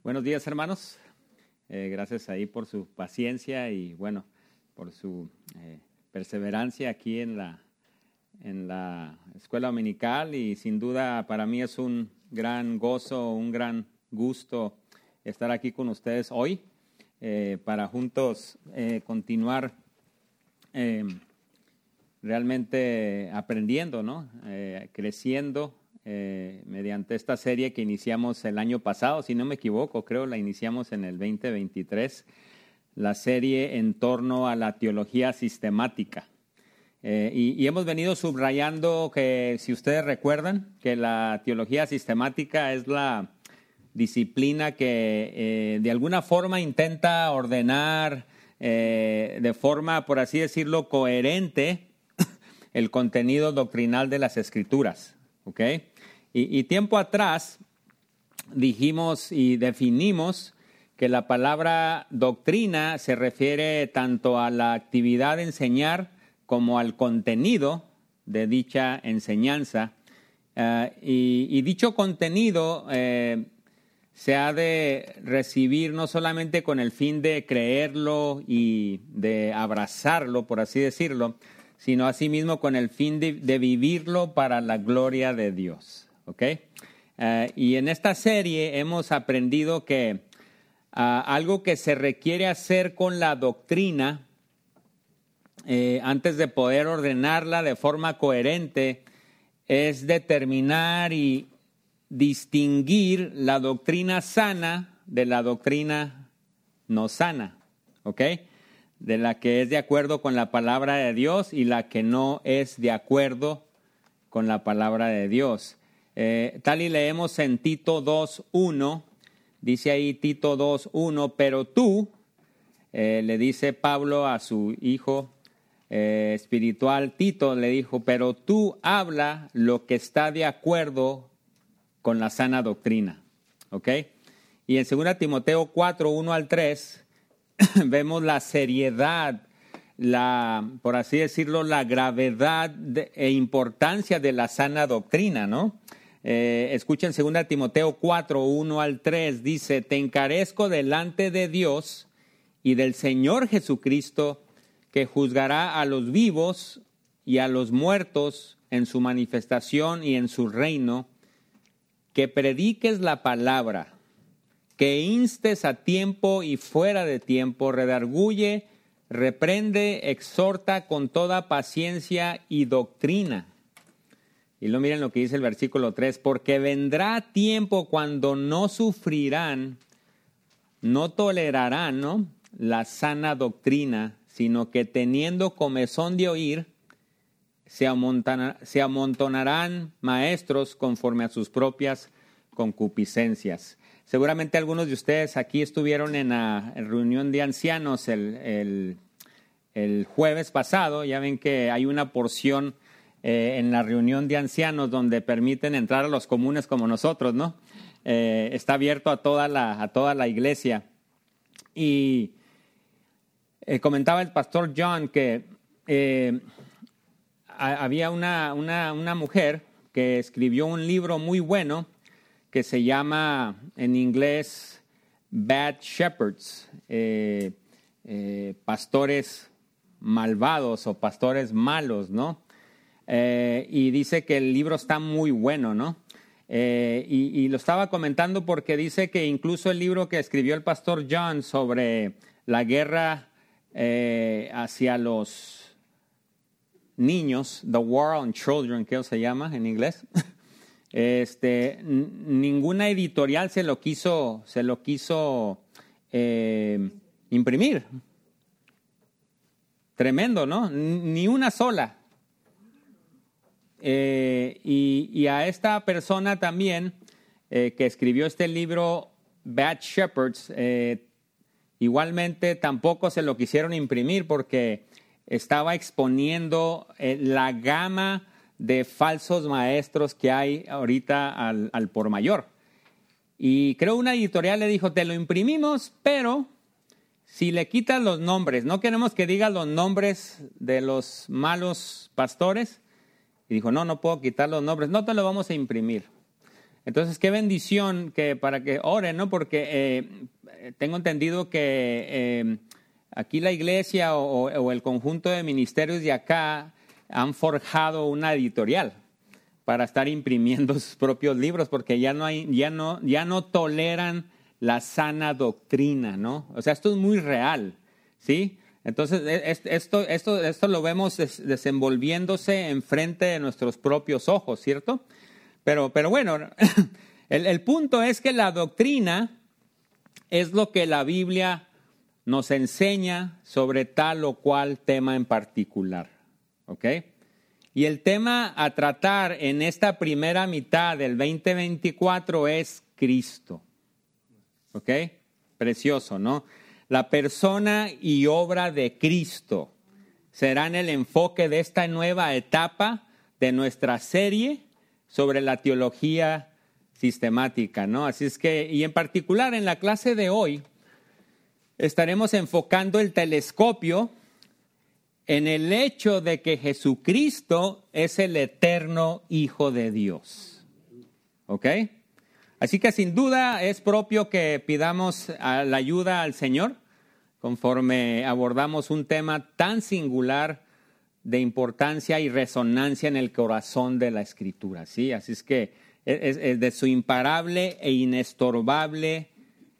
Buenos días, hermanos. Gracias ahí por su paciencia y bueno, por su perseverancia aquí en la escuela dominical, y sin duda para mí es un gran gozo, un gran gusto estar aquí con ustedes hoy para juntos continuar realmente aprendiendo, ¿no? Creciendo mediante esta serie que iniciamos el año pasado, si no me equivoco, creo la iniciamos en el 2023, la serie en torno a la teología sistemática. Y hemos venido subrayando que, si ustedes recuerdan, que la teología sistemática es la disciplina que de alguna forma intenta ordenar de forma, por así decirlo, coherente el contenido doctrinal de las Escrituras. ¿Ok? Y tiempo atrás dijimos y definimos que la palabra doctrina se refiere tanto a la actividad de enseñar como al contenido de dicha enseñanza. Y dicho contenido se ha de recibir no solamente con el fin de creerlo y de abrazarlo, por así decirlo, sino asimismo con el fin de vivirlo para la gloria de Dios. ¿Ok? Y en esta serie hemos aprendido que algo que se requiere hacer con la doctrina antes de poder ordenarla de forma coherente es determinar y distinguir la doctrina sana de la doctrina no sana. ¿Ok? De la que es de acuerdo con la palabra de Dios y la que no es de acuerdo con la palabra de Dios. Tal y leemos en Tito 2:1, dice ahí Tito 2:1, pero tú, le dice Pablo a su hijo espiritual Tito, le dijo, pero tú habla lo que está de acuerdo con la sana doctrina. ¿Ok? Y en 2 Timoteo 4:1-3, vemos la seriedad, por así decirlo, la gravedad e importancia de la sana doctrina, ¿no? Escuchen 2 Timoteo 4:1-3, dice, te encarezco delante de Dios y del Señor Jesucristo, que juzgará a los vivos y a los muertos en su manifestación y en su reino, que prediques la palabra, que instes a tiempo y fuera de tiempo, redarguye, reprende, exhorta con toda paciencia y doctrina. Y luego miren lo que dice el versículo 3, porque vendrá tiempo cuando no sufrirán, no tolerarán, ¿no?, la sana doctrina, sino que teniendo comezón de oír, se amontonarán maestros conforme a sus propias concupiscencias. Seguramente algunos de ustedes aquí estuvieron en la reunión de ancianos el jueves pasado. Ya ven que hay una porción en la reunión de ancianos donde permiten entrar a los comunes como nosotros, ¿no? Está abierto a toda la iglesia. Y comentaba el pastor John que había una mujer que escribió un libro muy bueno que se llama en inglés Bad Shepherds, pastores malvados o pastores malos, ¿no? Y dice que el libro está muy bueno, ¿no? Y lo estaba comentando porque dice que incluso el libro que escribió el pastor John sobre la guerra hacia los niños, The War on Children, que se llama en inglés, ninguna editorial se lo quiso imprimir. Tremendo, ¿no? Ni una sola. Y a esta persona también que escribió este libro, Bad Shepherds, igualmente tampoco se lo quisieron imprimir porque estaba exponiendo la gama de falsos maestros que hay ahorita al por mayor. Y creo una editorial le dijo, te lo imprimimos, pero si le quitas los nombres, no queremos que digas los nombres de los malos pastores. Y dijo, no puedo quitar los nombres, no te lo vamos a imprimir. Entonces, qué bendición que para que oren, ¿no? Porque tengo entendido que aquí la iglesia o el conjunto de ministerios de acá han forjado una editorial para estar imprimiendo sus propios libros, porque ya no toleran la sana doctrina, ¿no? O sea, esto es muy real, ¿sí? Entonces, esto lo vemos desenvolviéndose enfrente de nuestros propios ojos, ¿cierto? Pero bueno, el punto es que la doctrina es lo que la Biblia nos enseña sobre tal o cual tema en particular, ¿ok? Y el tema a tratar en esta primera mitad del 2024 es Cristo, ¿ok? Precioso, ¿no? La persona y obra de Cristo serán el enfoque de esta nueva etapa de nuestra serie sobre la teología sistemática, ¿no? Así es que, y en particular en la clase de hoy, estaremos enfocando el telescopio en el hecho de que Jesucristo es el eterno Hijo de Dios, ¿ok? Así que sin duda es propio que pidamos la ayuda al Señor conforme abordamos un tema tan singular de importancia y resonancia en el corazón de la Escritura, ¿sí? Así es que es de su imparable e inestorbable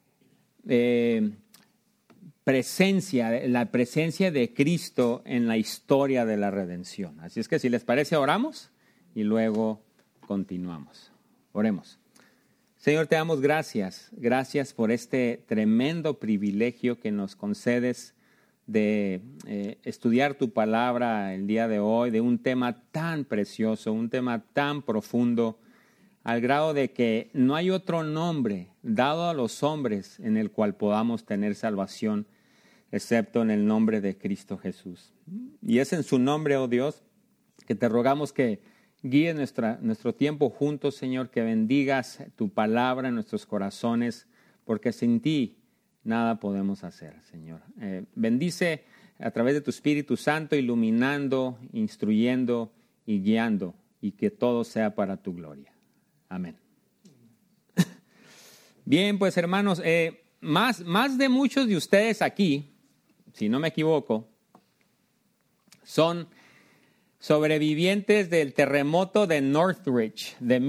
presencia, la presencia de Cristo en la historia de la redención. Así es que si les parece, oramos y luego continuamos. Oremos. Señor, te damos gracias. Gracias por este tremendo privilegio que nos concedes de estudiar tu palabra el día de hoy, de un tema tan precioso, un tema tan profundo, al grado de que no hay otro nombre dado a los hombres en el cual podamos tener salvación, excepto en el nombre de Cristo Jesús. Y es en su nombre, oh Dios, que te rogamos que guíes nuestro tiempo juntos, Señor, que bendigas tu palabra en nuestros corazones, porque sin ti nada podemos hacer, Señor. Bendice a través de tu Espíritu Santo, iluminando, instruyendo y guiando, y que todo sea para tu gloria. Amén. Bien, pues hermanos, más de muchos de ustedes aquí, si no me equivoco, son sobrevivientes del terremoto de Northridge de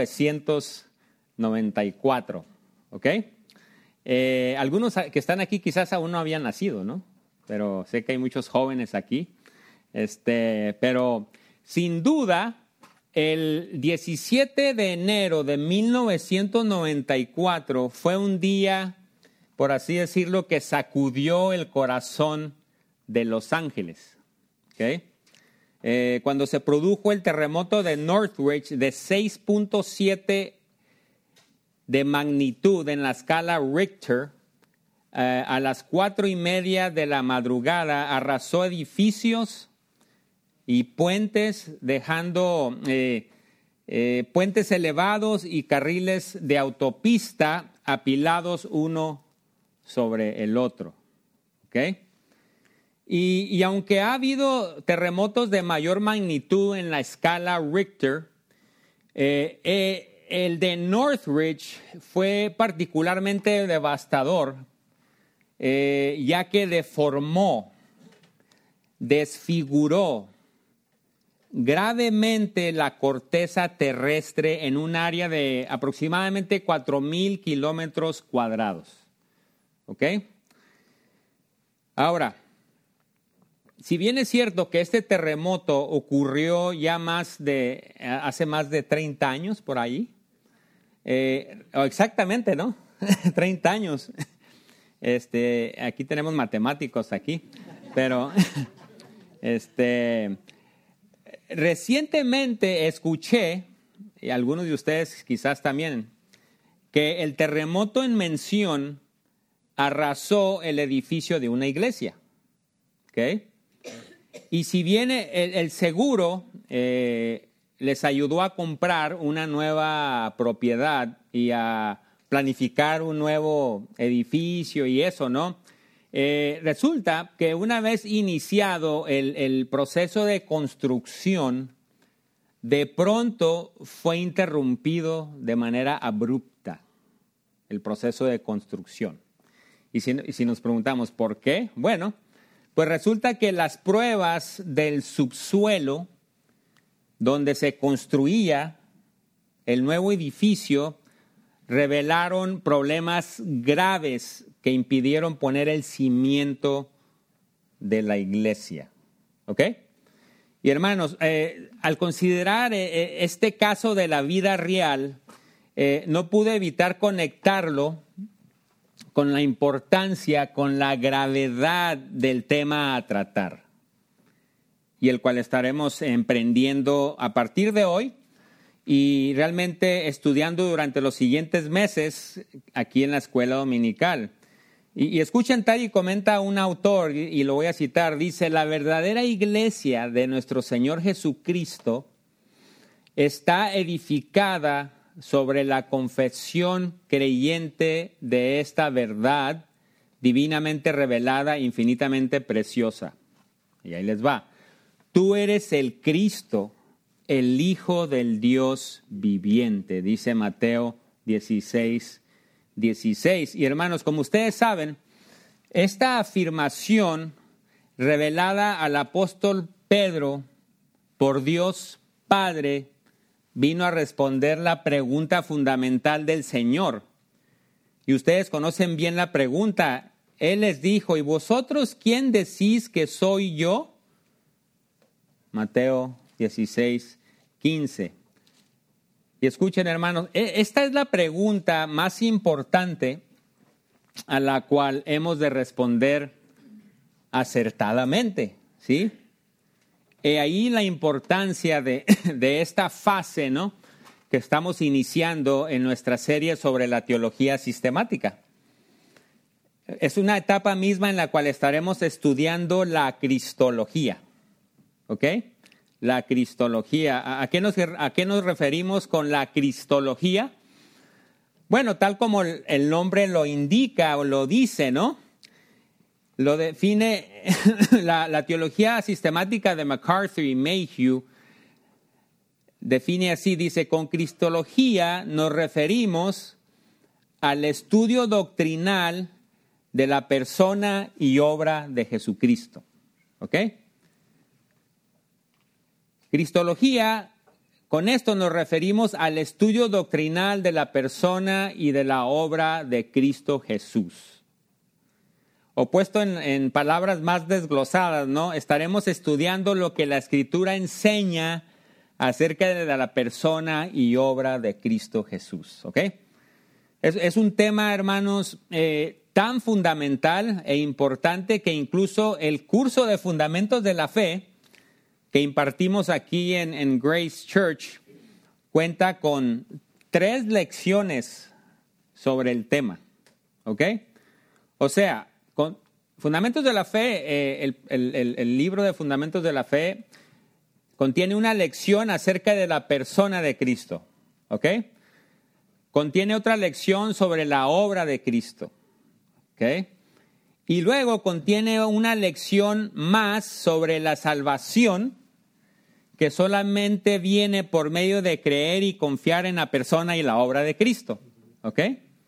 1994, ¿ok? Algunos que están aquí quizás aún no habían nacido, ¿no? Pero sé que hay muchos jóvenes aquí. Pero sin duda, el 17 de enero de 1994 fue un día, por así decirlo, que sacudió el corazón de Los Ángeles, ¿ok? Cuando se produjo el terremoto de Northridge de 6.7 de magnitud en la escala Richter, a las 4:30 de la madrugada arrasó edificios y puentes, dejando puentes elevados y carriles de autopista apilados uno sobre el otro, ¿ok? Y aunque ha habido terremotos de mayor magnitud en la escala Richter, el de Northridge fue particularmente devastador, ya que deformó, desfiguró gravemente la corteza terrestre en un área de aproximadamente 4,000 kilómetros cuadrados. ¿Ok? Ahora, si bien es cierto que este terremoto ocurrió ya hace más de 30 años por ahí, exactamente, ¿no? 30 años. Aquí tenemos matemáticos aquí, pero recientemente escuché, y algunos de ustedes quizás también, que el terremoto en mención arrasó el edificio de una iglesia, ¿ok? Y si bien el seguro les ayudó a comprar una nueva propiedad y a planificar un nuevo edificio y eso, ¿no? Resulta que una vez iniciado el proceso de construcción, de pronto fue interrumpido de manera abrupta el proceso de construcción. Y si nos preguntamos por qué, bueno, pues resulta que las pruebas del subsuelo donde se construía el nuevo edificio revelaron problemas graves que impidieron poner el cimiento de la iglesia. ¿Ok? Y hermanos, al considerar este caso de la vida real, no pude evitar conectarlo con la importancia, con la gravedad del tema a tratar, y el cual estaremos emprendiendo a partir de hoy y realmente estudiando durante los siguientes meses aquí en la escuela dominical. Y escuchen tal y comenta un autor, y lo voy a citar, dice: la verdadera iglesia de nuestro Señor Jesucristo está edificada sobre la confesión creyente de esta verdad divinamente revelada, infinitamente preciosa. Y ahí les va. Tú eres el Cristo, el Hijo del Dios viviente, dice Mateo 16:16. Y hermanos, como ustedes saben, esta afirmación revelada al apóstol Pedro por Dios Padre vino a responder la pregunta fundamental del Señor. Y ustedes conocen bien la pregunta. Él les dijo: ¿y vosotros quién decís que soy yo? Mateo 16:15. Y escuchen, hermanos, esta es la pregunta más importante a la cual hemos de responder acertadamente, ¿sí? Y ahí la importancia de esta fase, ¿no?, que estamos iniciando en nuestra serie sobre la teología sistemática. Es una etapa misma en la cual estaremos estudiando la cristología, ¿ok? La cristología. ¿A qué nos referimos con la cristología? Bueno, tal como el nombre lo indica o lo dice, ¿no? Lo define la teología sistemática de MacArthur y Mayhew. Define así, dice: con cristología nos referimos al estudio doctrinal de la persona y obra de Jesucristo. ¿Ok? Cristología, con esto nos referimos al estudio doctrinal de la persona y de la obra de Cristo Jesús. O puesto en palabras más desglosadas, ¿no?, estaremos estudiando lo que la Escritura enseña acerca de la persona y obra de Cristo Jesús. ¿Ok? Es un tema, hermanos, tan fundamental e importante que incluso el curso de Fundamentos de la Fe que impartimos aquí en Grace Church cuenta con 3 lecciones sobre el tema. ¿Ok? O sea, con Fundamentos de la Fe, el libro de Fundamentos de la Fe contiene una lección acerca de la persona de Cristo. ¿Ok? Contiene otra lección sobre la obra de Cristo. ¿Ok? Y luego contiene una lección más sobre la salvación, que solamente viene por medio de creer y confiar en la persona y la obra de Cristo. ¿Ok?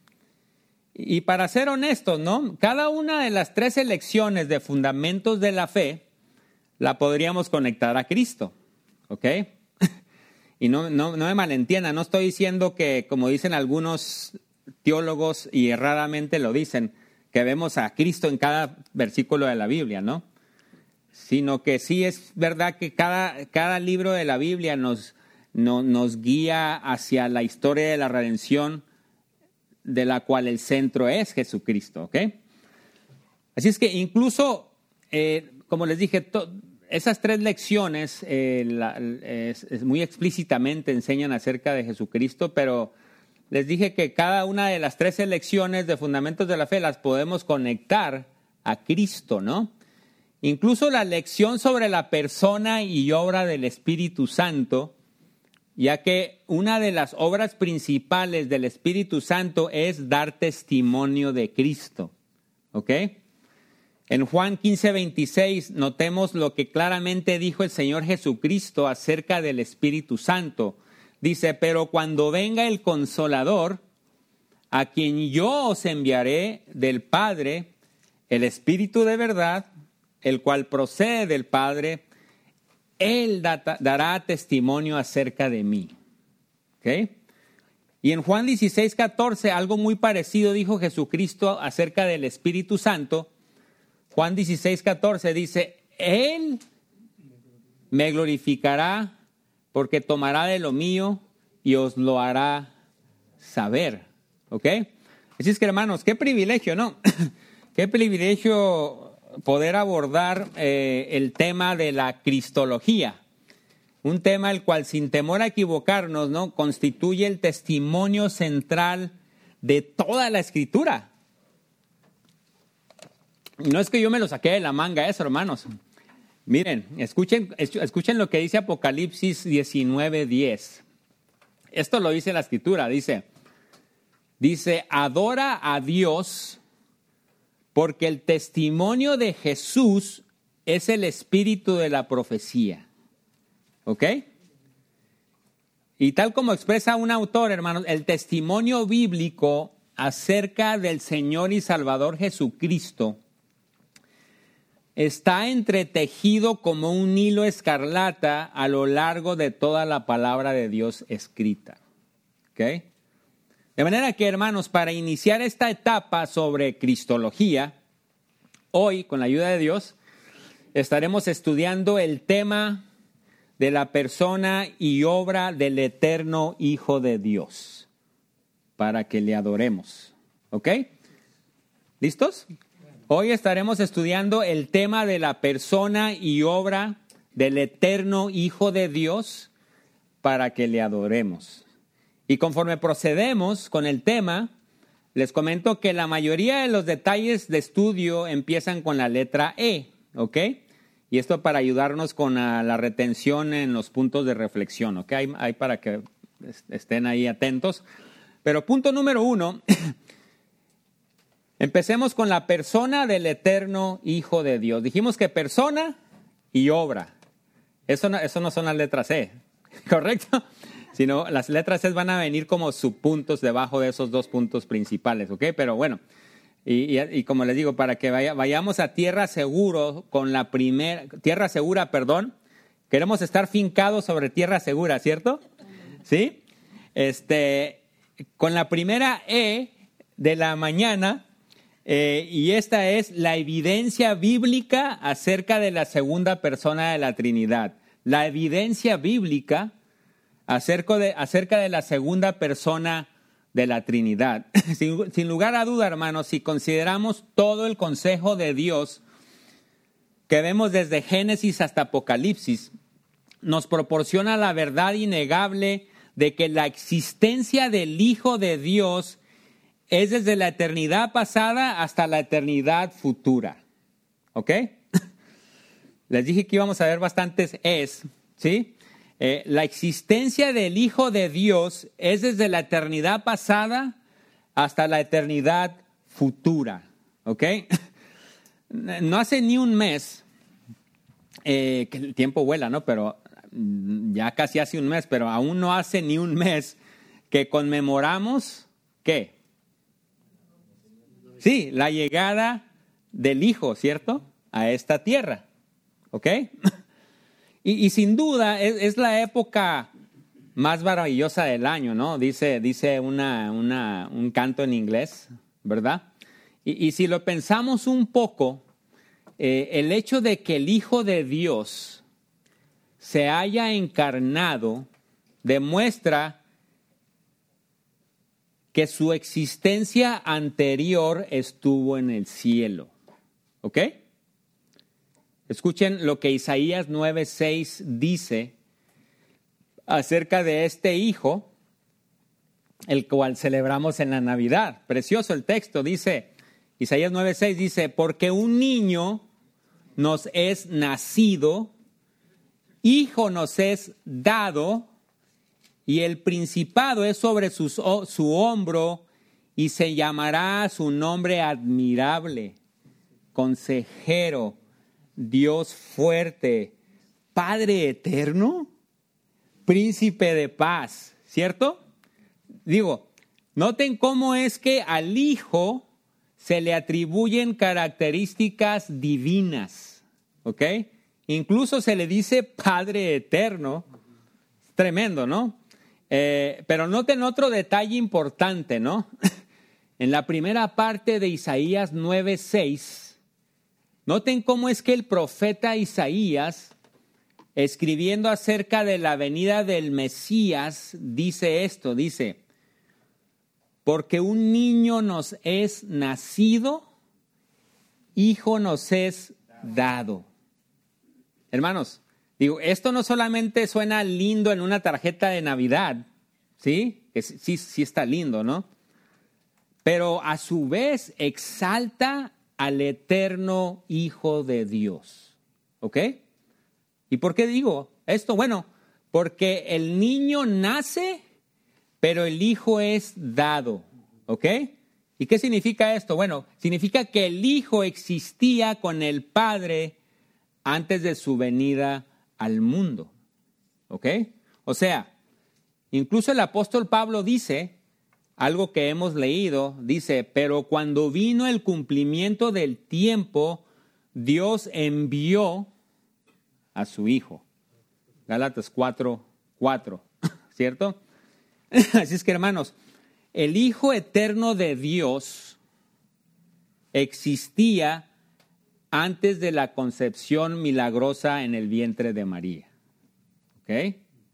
Y para ser honestos, ¿no?, cada una de las 3 lecciones de Fundamentos de la Fe la podríamos conectar a Cristo. ¿Ok? Y no me malentiendan, no estoy diciendo que, como dicen algunos teólogos y erradamente lo dicen, que vemos a Cristo en cada versículo de la Biblia, ¿no? Sino que sí es verdad que cada libro de la Biblia nos guía hacia la historia de la redención, de la cual el centro es Jesucristo, ¿ok? Así es que incluso, como les dije, esas 3 lecciones muy explícitamente enseñan acerca de Jesucristo, pero les dije que cada una de las 13 lecciones de Fundamentos de la Fe las podemos conectar a Cristo, ¿no? Incluso la lección sobre la persona y obra del Espíritu Santo, ya que una de las obras principales del Espíritu Santo es dar testimonio de Cristo. ¿Ok? En Juan 15:26 notemos lo que claramente dijo el Señor Jesucristo acerca del Espíritu Santo. Dice, pero cuando venga el Consolador, a quien yo os enviaré del Padre, el Espíritu de verdad, el cual procede del Padre, Él dará testimonio acerca de mí. ¿Okay? Y en Juan 16:14, algo muy parecido dijo Jesucristo acerca del Espíritu Santo. Juan 16:14 dice, Él me glorificará porque tomará de lo mío y os lo hará saber. ¿Ok? Así es que, hermanos, qué privilegio, ¿no? Qué privilegio poder abordar el tema de la cristología. Un tema el cual, sin temor a equivocarnos, ¿no?, constituye el testimonio central de toda la Escritura. No es que yo me lo saqué de la manga eso, hermanos. Miren, escuchen lo que dice Apocalipsis 19:10. Esto lo dice la Escritura, dice, adora a Dios porque el testimonio de Jesús es el espíritu de la profecía. ¿Ok? Y tal como expresa un autor, hermanos, el testimonio bíblico acerca del Señor y Salvador Jesucristo está entretejido como un hilo escarlata a lo largo de toda la palabra de Dios escrita. ¿Ok? De manera que, hermanos, para iniciar esta etapa sobre cristología, hoy, con la ayuda de Dios, estaremos estudiando el tema de la persona y obra del eterno Hijo de Dios, para que le adoremos. ¿Ok? ¿Listos? Hoy estaremos estudiando el tema de la persona y obra del eterno Hijo de Dios para que le adoremos. Y conforme procedemos con el tema, les comento que la mayoría de los detalles de estudio empiezan con la letra E, ¿ok? Y esto para ayudarnos con la retención en los puntos de reflexión, ¿ok? Hay para que estén ahí atentos. Pero punto número 1... Empecemos con la persona del eterno Hijo de Dios. Dijimos que persona y obra. Eso no son las letras E, ¿correcto? Sino las letras E van a venir como subpuntos debajo de esos dos puntos principales, ¿ok? Pero bueno, y como les digo, para que vayamos a tierra segura, queremos estar fincados sobre tierra segura, ¿cierto? ¿Sí? Con la primera E de la mañana. Y esta es la evidencia bíblica acerca de la segunda persona de la Trinidad. La evidencia bíblica acerca de la segunda persona de la Trinidad. Sin lugar a duda, hermanos, si consideramos todo el consejo de Dios que vemos desde Génesis hasta Apocalipsis, nos proporciona la verdad innegable de que la existencia del Hijo de Dios es desde la eternidad pasada hasta la eternidad futura. ¿Ok? Les dije que íbamos a ver bastantes es, ¿sí? La existencia del Hijo de Dios es desde la eternidad pasada hasta la eternidad futura. ¿Ok? No hace ni un mes, que el tiempo vuela, ¿no? Pero ya casi hace un mes, pero aún no hace ni un mes que conmemoramos, ¿qué? Sí, la llegada del Hijo, ¿cierto? A esta tierra, ¿ok? Y sin duda es la época más maravillosa del año, ¿no? Dice un canto en inglés, ¿verdad? Y si lo pensamos un poco, el hecho de que el Hijo de Dios se haya encarnado demuestra que su existencia anterior estuvo en el cielo. ¿Ok? Escuchen lo que Isaías 9:6 dice acerca de este Hijo, el cual celebramos en la Navidad. Precioso el texto, dice, Isaías 9:6 dice, porque un niño nos es nacido, hijo nos es dado, y el principado es sobre su hombro, y se llamará su nombre admirable, consejero, Dios fuerte, Padre eterno, príncipe de paz, ¿cierto? Digo, noten cómo es que al Hijo se le atribuyen características divinas, ¿ok? Incluso se le dice Padre eterno. Tremendo, ¿no? Pero noten otro detalle importante, ¿no? En la primera parte de Isaías 9:6, noten cómo es que el profeta Isaías, escribiendo acerca de la venida del Mesías, dice esto, dice, porque un niño nos es nacido, hijo nos es dado. Hermanos, digo, esto no solamente suena lindo en una tarjeta de Navidad, ¿sí? Que sí está lindo, ¿no? Pero a su vez exalta al eterno Hijo de Dios, ¿ok? ¿Y por qué digo esto? Bueno, porque el niño nace, pero el Hijo es dado, ¿ok? ¿Y qué significa esto? Bueno, significa que el Hijo existía con el Padre antes de su venida al mundo, ¿ok? O sea, incluso el apóstol Pablo dice, algo que hemos leído, dice, pero cuando vino el cumplimiento del tiempo, Dios envió a su Hijo. Gálatas 4:4, ¿cierto? Así es que, hermanos, el Hijo eterno de Dios existía antes de la concepción milagrosa en el vientre de María. ¿Ok?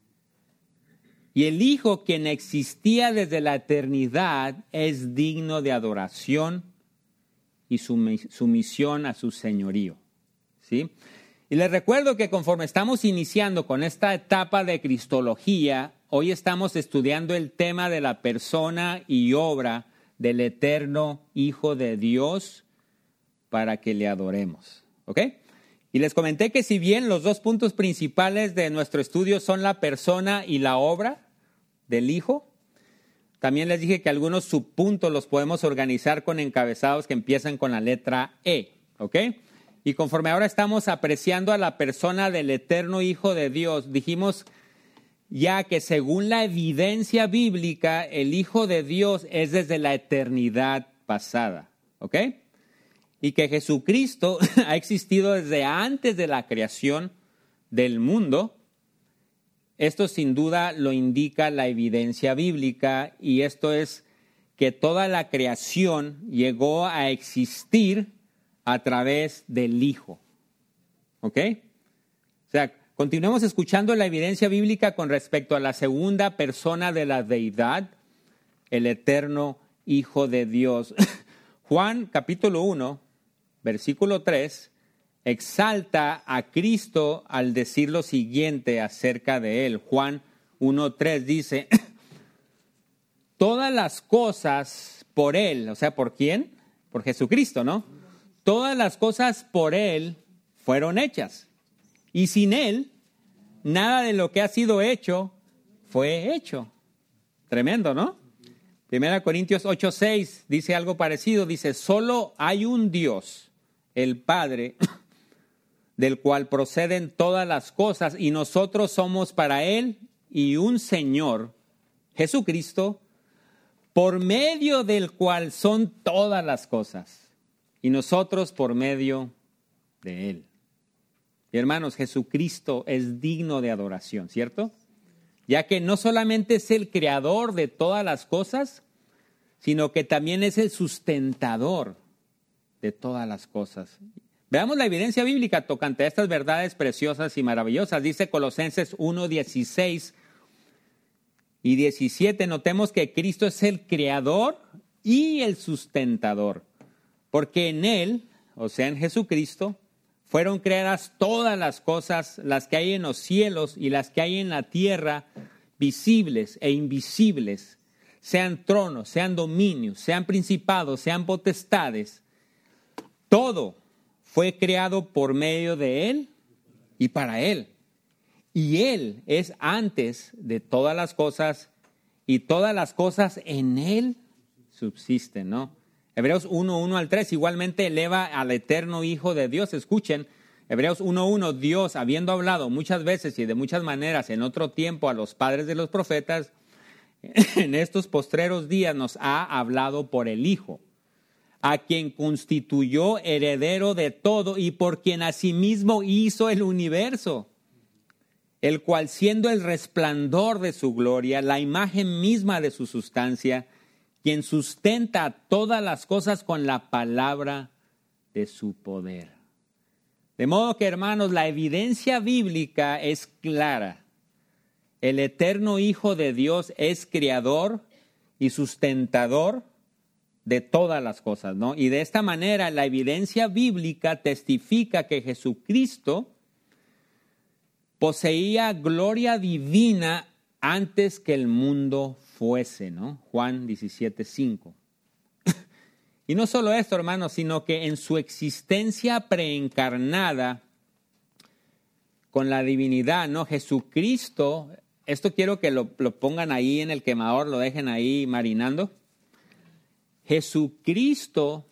Y el Hijo, quien existía desde la eternidad, es digno de adoración y sumisión a su señorío. ¿Sí? Y les recuerdo que conforme estamos iniciando con esta etapa de Cristología, hoy estamos estudiando el tema de la persona y obra del eterno Hijo de Dios para que le adoremos. ¿Ok? Y les comenté que si bien los dos puntos principales de nuestro estudio son la persona y la obra del Hijo, también les dije que algunos subpuntos los podemos organizar con encabezados que empiezan con la letra E. ¿Ok? Y conforme ahora estamos apreciando a la persona del eterno Hijo de Dios, dijimos ya que según la evidencia bíblica, el Hijo de Dios es desde la eternidad pasada. ¿Ok? Y que Jesucristo ha existido desde antes de la creación del mundo. Esto sin duda lo indica la evidencia bíblica, y esto es que toda la creación llegó a existir a través del Hijo. ¿Ok? O sea, continuemos escuchando la evidencia bíblica con respecto a la segunda persona de la deidad, el eterno Hijo de Dios. Juan capítulo 1, versículo 3, exalta a Cristo al decir lo siguiente acerca de él. Juan 1:3 dice, todas las cosas por él, o sea, ¿por quién? Por Jesucristo, ¿no? Todas las cosas por él fueron hechas. Y sin él, nada de lo que ha sido hecho fue hecho. Tremendo, ¿no? 1 Corintios 8:6 dice algo parecido. Dice, solo hay un Dios, el Padre, del cual proceden todas las cosas, y nosotros somos para Él, y un Señor, Jesucristo, por medio del cual son todas las cosas, y nosotros por medio de Él. Y hermanos, Jesucristo es digno de adoración, ¿cierto? Ya que no solamente es el creador de todas las cosas, sino que también es el sustentador de todas las cosas. Veamos la evidencia bíblica tocante a estas verdades preciosas y maravillosas. Dice Colosenses 1:16 y 17. Notemos que Cristo es el creador y el sustentador, porque en Él, o sea, en Jesucristo, fueron creadas todas las cosas, las que hay en los cielos y las que hay en la tierra, visibles e invisibles, sean tronos, sean dominios, sean principados, sean potestades. Todo fue creado por medio de Él y para Él. Y Él es antes de todas las cosas, y todas las cosas en Él subsisten, ¿no? Hebreos 1:1 al 3 igualmente eleva al eterno Hijo de Dios. Escuchen, Hebreos 1:1, Dios, habiendo hablado muchas veces y de muchas maneras en otro tiempo a los padres de los profetas, en estos postreros días nos ha hablado por el Hijo, a quien constituyó heredero de todo y por quien asimismo hizo el universo, el cual siendo el resplandor de su gloria, la imagen misma de su sustancia, quien sustenta todas las cosas con la palabra de su poder. De modo que, hermanos, la evidencia bíblica es clara. El eterno Hijo de Dios es creador y sustentador de todas las cosas, ¿no? Y de esta manera la evidencia bíblica testifica que Jesucristo poseía gloria divina antes que el mundo fuese, ¿no? Juan 17:5. Y no solo esto, hermanos, sino que en su existencia preencarnada con la divinidad, ¿no? Jesucristo, esto quiero que lo pongan ahí en el quemador, lo dejen ahí marinando. Jesucristo,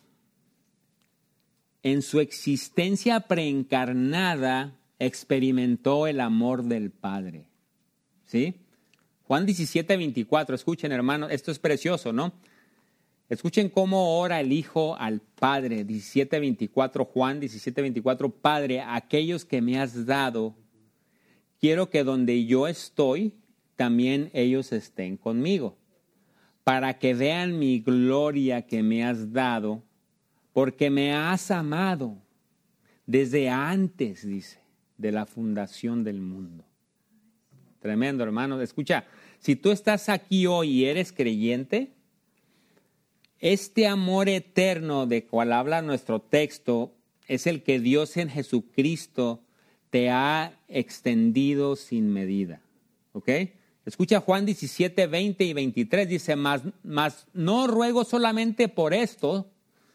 en su existencia preencarnada, experimentó el amor del Padre, ¿sí? Juan 17:24, escuchen, hermanos, esto es precioso, ¿no? Escuchen cómo ora el Hijo al Padre. 17:24, Juan 17:24, Padre, aquellos que me has dado, quiero que donde yo estoy, también ellos estén conmigo, para que vean mi gloria que me has dado, porque me has amado desde antes, dice, de la fundación del mundo. Tremendo, hermano. Escucha, si tú estás aquí hoy y eres creyente, este amor eterno de cual habla nuestro texto es el que Dios en Jesucristo te ha extendido sin medida. ¿Ok? Escucha Juan 17, 20 y 23, dice, mas no ruego solamente por estos,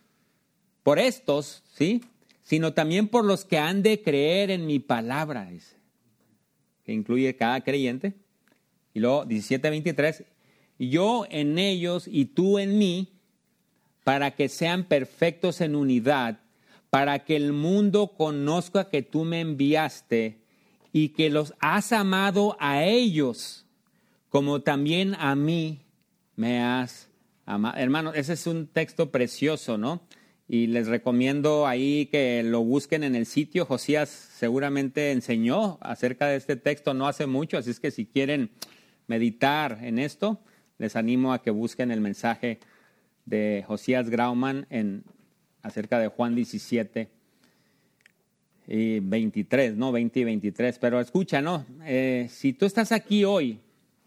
¿sí? Sino también por los que han de creer en mi palabra, dice, que incluye cada creyente. Y luego 17, 23, yo en ellos y tú en mí, para que sean perfectos en unidad, para que el mundo conozca que tú me enviaste y que los has amado a ellos, como también a mí me has amado. Hermanos, ese es un texto precioso, ¿no? Y les recomiendo ahí que lo busquen en el sitio. Josías seguramente enseñó acerca de este texto no hace mucho, así es que si quieren meditar en esto, les animo a que busquen el mensaje de Josías Grauman acerca de Juan 17 y 23, ¿no? 20 y 23. Pero escucha, ¿no? Si tú estás aquí hoy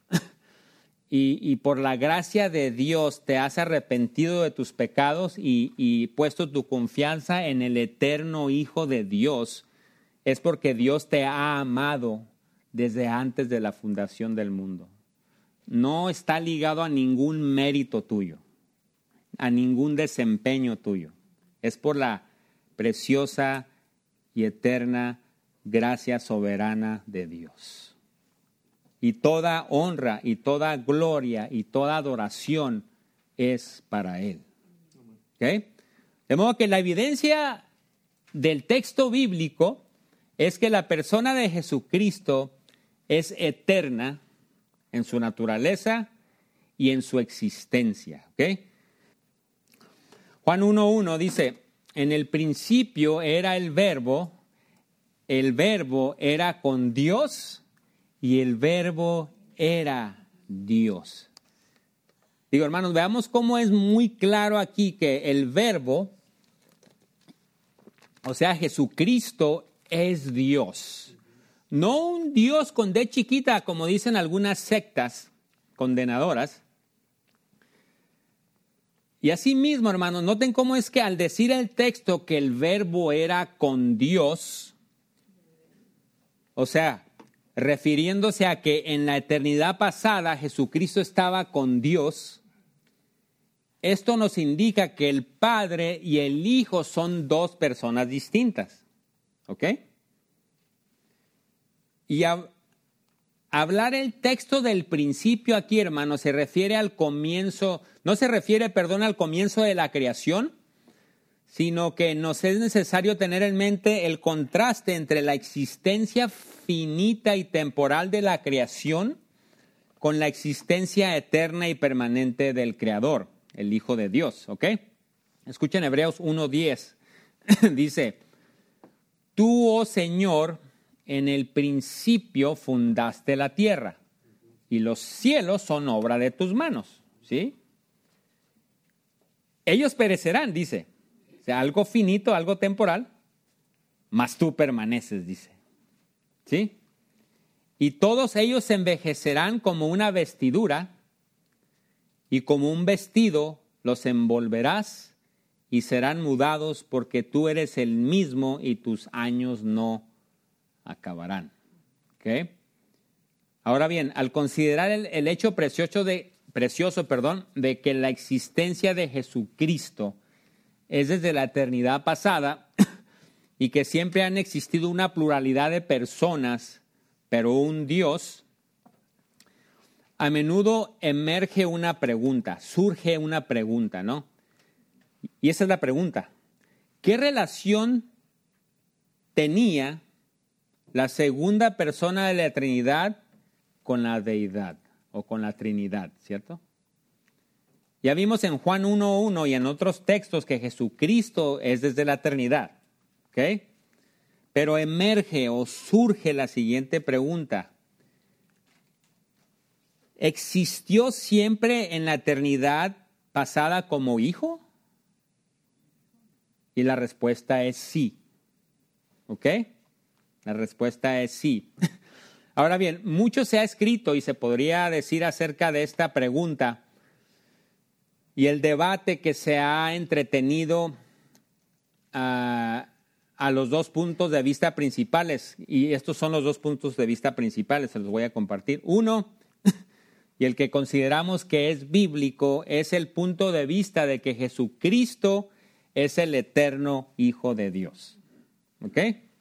y por la gracia de Dios te has arrepentido de tus pecados y puesto tu confianza en el eterno Hijo de Dios, es porque Dios te ha amado desde antes de la fundación del mundo. No está ligado a ningún mérito tuyo, a ningún desempeño tuyo. Es por la preciosa y eterna gracia soberana de Dios. Y toda honra y toda gloria y toda adoración es para Él. ¿Okay? De modo que la evidencia del texto bíblico es que la persona de Jesucristo es eterna en su naturaleza y en su existencia. ¿Okay? Juan 1:1 dice, en el principio era el verbo era con Dios y el verbo era Dios. Digo, hermanos, veamos cómo es muy claro aquí que el verbo, o sea, Jesucristo es Dios. No un Dios con D chiquita, como dicen algunas sectas condenadoras. Y así mismo, hermanos, noten cómo es que al decir el texto que el verbo era con Dios, o sea, refiriéndose a que en la eternidad pasada Jesucristo estaba con Dios, esto nos indica que el Padre y el Hijo son dos personas distintas. ¿Ok? Y hablar el texto del principio aquí, hermano, se refiere al comienzo, no se refiere, perdón, al comienzo de la creación, sino que nos es necesario tener en mente el contraste entre la existencia finita y temporal de la creación con la existencia eterna y permanente del Creador, el Hijo de Dios, ¿ok? Escuchen Hebreos 1:10, dice, tú, oh Señor, en el principio fundaste la tierra, y los cielos son obra de tus manos, ¿sí? Ellos perecerán, dice. O sea, algo finito, algo temporal, mas tú permaneces, dice. ¿Sí? Y todos ellos se envejecerán como una vestidura, y como un vestido los envolverás, y serán mudados, porque tú eres el mismo y tus años no acabarán. ¿Ok? Ahora bien, al considerar el hecho precioso de que la existencia de Jesucristo es desde la eternidad pasada y que siempre han existido una pluralidad de personas, pero un Dios, a menudo emerge una pregunta, surge una pregunta, ¿no? Y esa es la pregunta. ¿Qué relación tenía la segunda persona de la Trinidad con la deidad o con la Trinidad, cierto? Ya vimos en Juan 1:1 y en otros textos que Jesucristo es desde la eternidad, ¿ok? Pero emerge o surge la siguiente pregunta. ¿Existió siempre en la eternidad pasada como hijo? Y la respuesta es sí, ¿ok? La respuesta es sí. Ahora bien, mucho se ha escrito y se podría decir acerca de esta pregunta y el debate que se ha entretenido a los dos puntos de vista principales. Y estos son los dos puntos de vista principales, se los voy a compartir. Uno, y el que consideramos que es bíblico, es el punto de vista de que Jesucristo es el eterno Hijo de Dios. ¿Ok?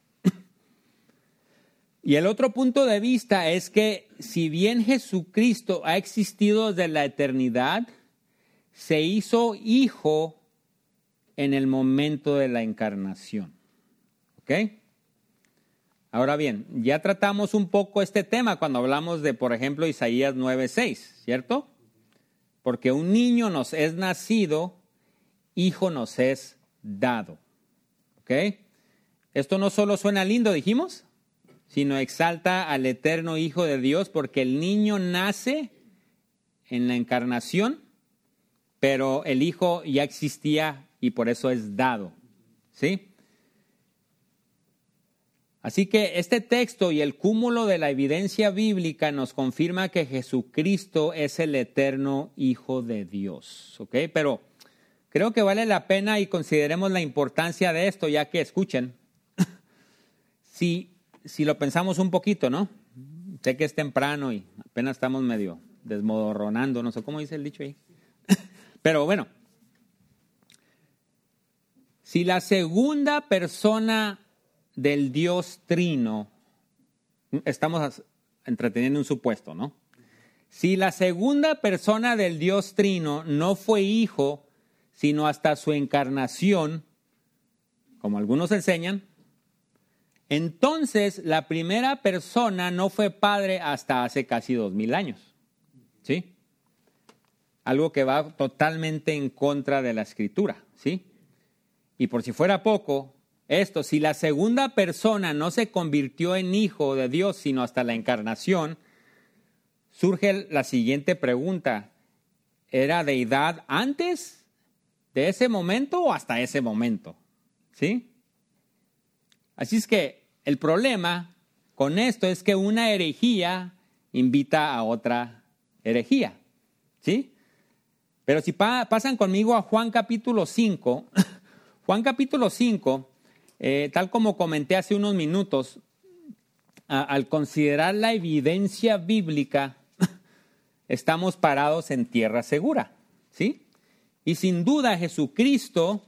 Y el otro punto de vista es que si bien Jesucristo ha existido desde la eternidad, se hizo hijo en el momento de la encarnación. ¿Ok? Ahora bien, ya tratamos un poco este tema cuando hablamos de, por ejemplo, Isaías 9:6, ¿cierto? Porque un niño nos es nacido, hijo nos es dado. ¿Ok? Esto no solo suena lindo, dijimos, sino exalta al eterno Hijo de Dios, porque el niño nace en la encarnación, pero el Hijo ya existía y por eso es dado, ¿sí? Así que este texto y el cúmulo de la evidencia bíblica nos confirma que Jesucristo es el eterno Hijo de Dios, ¿ok? Pero creo que vale la pena y consideremos la importancia de esto, ya que escuchen, si lo pensamos un poquito, ¿no? Sé que es temprano y apenas estamos medio desmorronando, no sé cómo dice el dicho ahí. Pero bueno, si la segunda persona del Dios Trino, estamos entreteniendo un supuesto, ¿no? Si la segunda persona del Dios Trino no fue hijo, sino hasta su encarnación, como algunos enseñan, entonces la primera persona no fue padre hasta hace casi 2000 años, ¿sí? Algo que va totalmente en contra de la Escritura, ¿sí? Y por si fuera poco, si la segunda persona no se convirtió en hijo de Dios, sino hasta la encarnación, surge la siguiente pregunta. ¿Era deidad antes de ese momento o hasta ese momento? ¿Sí? Así es que el problema con esto es que una herejía invita a otra herejía, ¿sí? Pero si pasan conmigo a Juan capítulo 5, Juan capítulo 5, tal como comenté hace unos minutos, al considerar la evidencia bíblica, estamos parados en tierra segura, ¿sí? Y sin duda Jesucristo,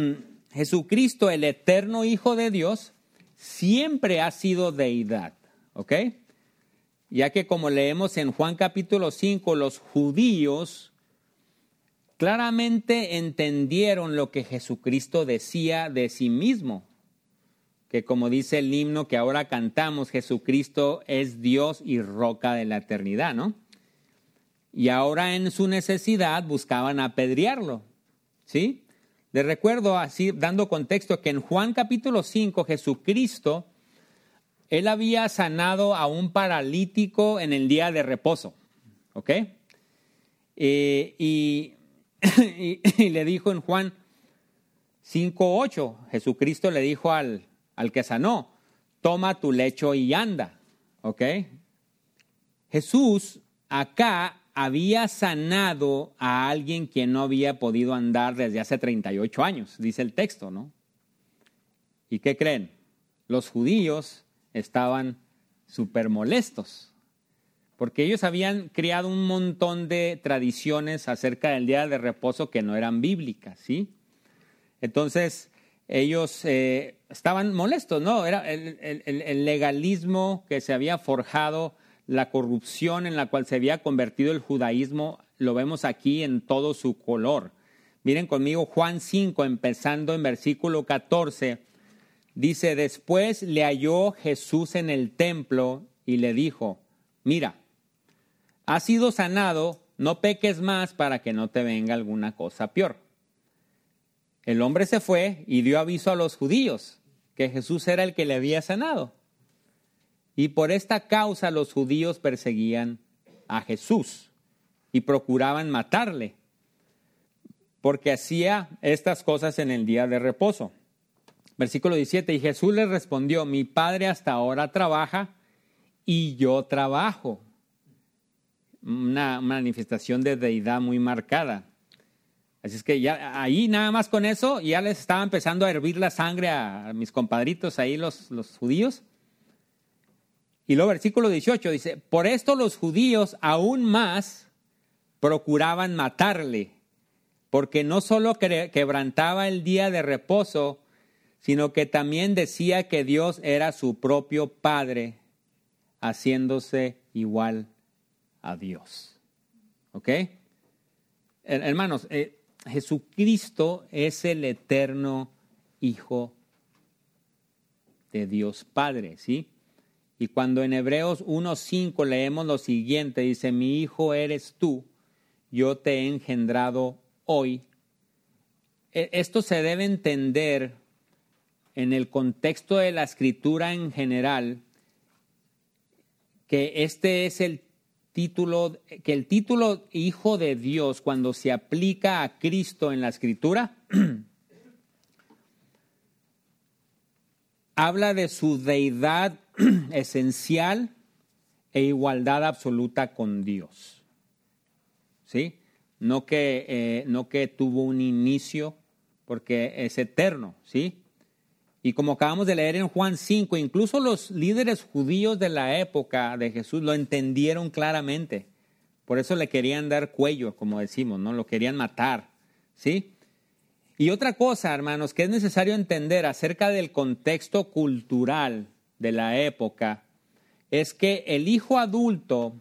el eterno Hijo de Dios, siempre ha sido deidad, ¿ok? Ya que como leemos en Juan capítulo 5, los judíos claramente entendieron lo que Jesucristo decía de sí mismo, que como dice el himno que ahora cantamos, Jesucristo es Dios y roca de la eternidad, ¿no? Y ahora en su necesidad buscaban apedrearlo, ¿sí? Les recuerdo, así dando contexto, que en Juan capítulo 5, Jesucristo, Él había sanado a un paralítico en el día de reposo, ¿ok? Y le dijo en Juan 5:8, Jesucristo le dijo al que sanó, toma tu lecho y anda, ¿ok? Jesús acá había sanado a alguien quien no había podido andar desde hace 38 años, dice el texto, ¿no? ¿Y qué creen? Los judíos estaban súper molestos, porque ellos habían creado un montón de tradiciones acerca del día de reposo que no eran bíblicas, ¿sí? Entonces, ellos estaban molestos, ¿no? Era el legalismo que se había forjado, la corrupción en la cual se había convertido el judaísmo, lo vemos aquí en todo su color. Miren conmigo Juan 5, empezando en versículo 14, dice, después le halló Jesús en el templo y le dijo, mira, has sido sanado, no peques más para que no te venga alguna cosa peor. El hombre se fue y dio aviso a los judíos que Jesús era el que le había sanado. Y por esta causa los judíos perseguían a Jesús y procuraban matarle, porque hacía estas cosas en el día de reposo. Versículo 17, y Jesús les respondió, mi Padre hasta ahora trabaja y yo trabajo. Una manifestación de deidad muy marcada. Así es que ya ahí nada más con eso ya les estaba empezando a hervir la sangre a mis compadritos ahí los judíos. Y luego versículo 18 dice, por esto los judíos aún más procuraban matarle, porque no solo quebrantaba el día de reposo, sino que también decía que Dios era su propio Padre, haciéndose igual a Dios. ¿Ok? Hermanos, Jesucristo es el eterno Hijo de Dios Padre, ¿sí? Y cuando en Hebreos 1:5 leemos lo siguiente, dice, mi hijo eres tú, yo te he engendrado hoy. Esto se debe entender en el contexto de la Escritura en general, que este es el título, que el título Hijo de Dios, cuando se aplica a Cristo en la Escritura, habla de su deidad esencial e igualdad absoluta con Dios, ¿sí? No que tuvo un inicio, porque es eterno, ¿sí? Y como acabamos de leer en Juan 5, incluso los líderes judíos de la época de Jesús lo entendieron claramente. Por eso le querían dar cuello, como decimos, ¿no? Lo querían matar, ¿sí? Y otra cosa, hermanos, que es necesario entender acerca del contexto cultural de la época, es que el hijo adulto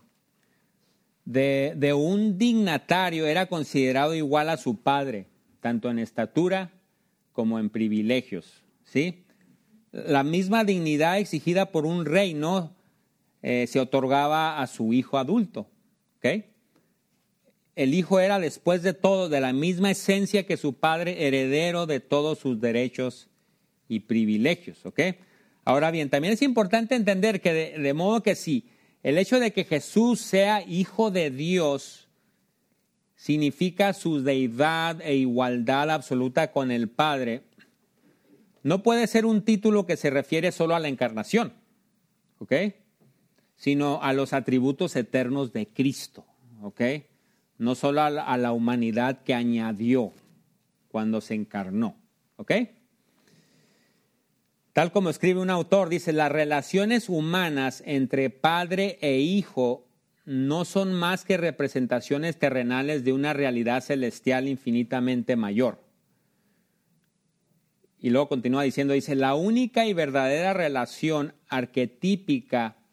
de un dignatario era considerado igual a su padre, tanto en estatura como en privilegios, ¿sí? La misma dignidad exigida por un rey, ¿no? Se otorgaba a su hijo adulto, ¿ok? El hijo era, después de todo, de la misma esencia que su padre, heredero de todos sus derechos y privilegios, ¿ok? Ahora bien, también es importante entender que de modo que sí, el hecho de que Jesús sea hijo de Dios significa su deidad e igualdad absoluta con el Padre, no puede ser un título que se refiere solo a la encarnación, ¿ok? Sino a los atributos eternos de Cristo, ¿ok? No solo a la humanidad que añadió cuando se encarnó, ¿ok? Tal como escribe un autor, dice, las relaciones humanas entre padre e hijo no son más que representaciones terrenales de una realidad celestial infinitamente mayor. Y luego continúa diciendo, dice, la única y verdadera relación arquetípica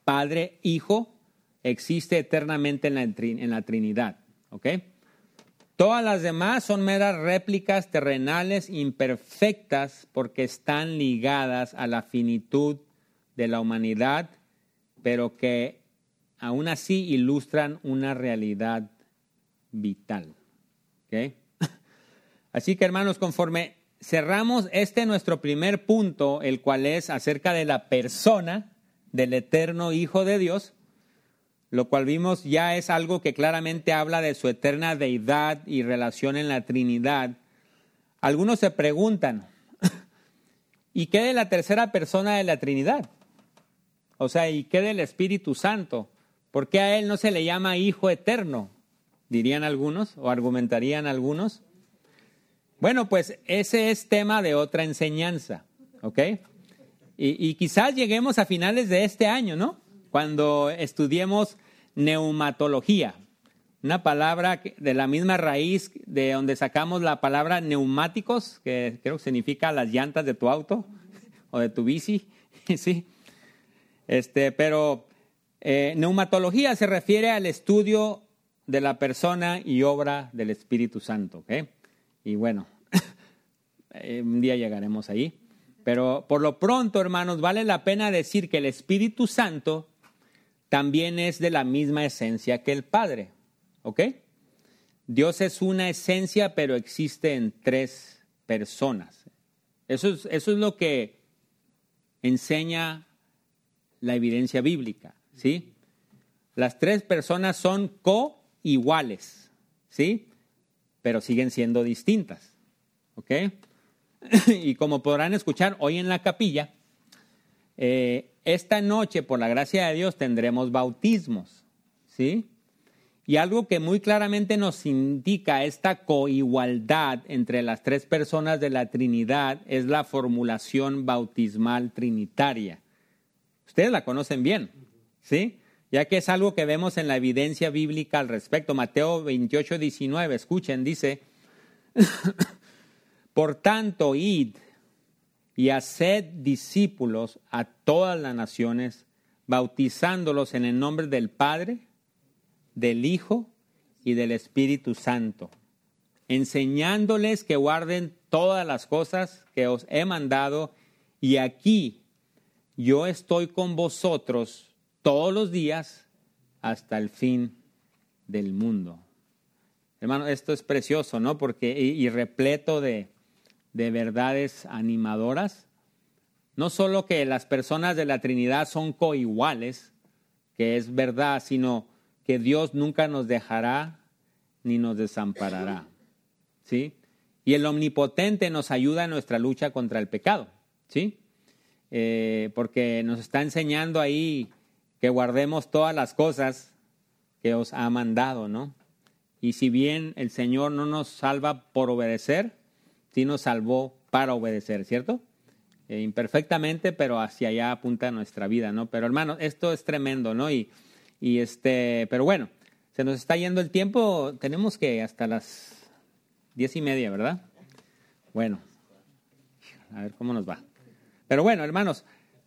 Padre, Hijo, existe eternamente en la Trinidad. ¿Ok? Todas las demás son meras réplicas terrenales imperfectas porque están ligadas a la finitud de la humanidad, pero que aún así ilustran una realidad vital. ¿Ok? Así que, hermanos, conforme cerramos nuestro primer punto, el cual es acerca de la persona del eterno Hijo de Dios, lo cual vimos ya es algo que claramente habla de su eterna deidad y relación en la Trinidad. Algunos se preguntan, ¿y qué de la tercera persona de la Trinidad? O sea, ¿y qué del Espíritu Santo? ¿Por qué a él no se le llama Hijo Eterno? Dirían algunos o argumentarían algunos. Bueno, pues ese es tema de otra enseñanza, ¿ok? Y quizás lleguemos a finales de este año, ¿no? Cuando estudiemos neumatología, una palabra de la misma raíz de donde sacamos la palabra neumáticos, que creo que significa las llantas de tu auto o de tu bici, sí. Pero neumatología se refiere al estudio de la persona y obra del Espíritu Santo, ¿ok? Y bueno, un día llegaremos ahí. Pero por lo pronto, hermanos, vale la pena decir que el Espíritu Santo también es de la misma esencia que el Padre, ¿ok? Dios es una esencia, pero existe en tres personas. Eso es lo que enseña la evidencia bíblica, ¿sí? Las tres personas son coiguales, ¿sí? Pero siguen siendo distintas, ¿ok? Y como podrán escuchar hoy en la capilla, esta noche, por la gracia de Dios, tendremos bautismos, ¿sí? Y algo que muy claramente nos indica esta coigualdad entre las tres personas de la Trinidad es la formulación bautismal trinitaria. Ustedes la conocen bien, ¿sí? Ya que es algo que vemos en la evidencia bíblica al respecto. Mateo 28:19, escuchen, dice, por tanto, id y haced discípulos a todas las naciones, bautizándolos en el nombre del Padre, del Hijo y del Espíritu Santo, enseñándoles que guarden todas las cosas que os he mandado, y aquí yo estoy con vosotros todos los días hasta el fin del mundo. Hermano, esto es precioso, ¿no? Porque y repleto de verdades animadoras. No solo que las personas de la Trinidad son coiguales, que es verdad, sino que Dios nunca nos dejará ni nos desamparará, ¿sí? Y el Omnipotente nos ayuda en nuestra lucha contra el pecado, ¿sí? Porque nos está enseñando ahí que guardemos todas las cosas que os ha mandado, ¿no? Y si bien el Señor no nos salva por obedecer, sí nos salvó para obedecer, ¿cierto? Imperfectamente, pero hacia allá apunta nuestra vida, ¿no? Pero hermanos, esto es tremendo, ¿no? Pero bueno, se nos está yendo el tiempo, tenemos que hasta las 10:30, ¿verdad? Bueno, a ver cómo nos va. Pero bueno, hermanos,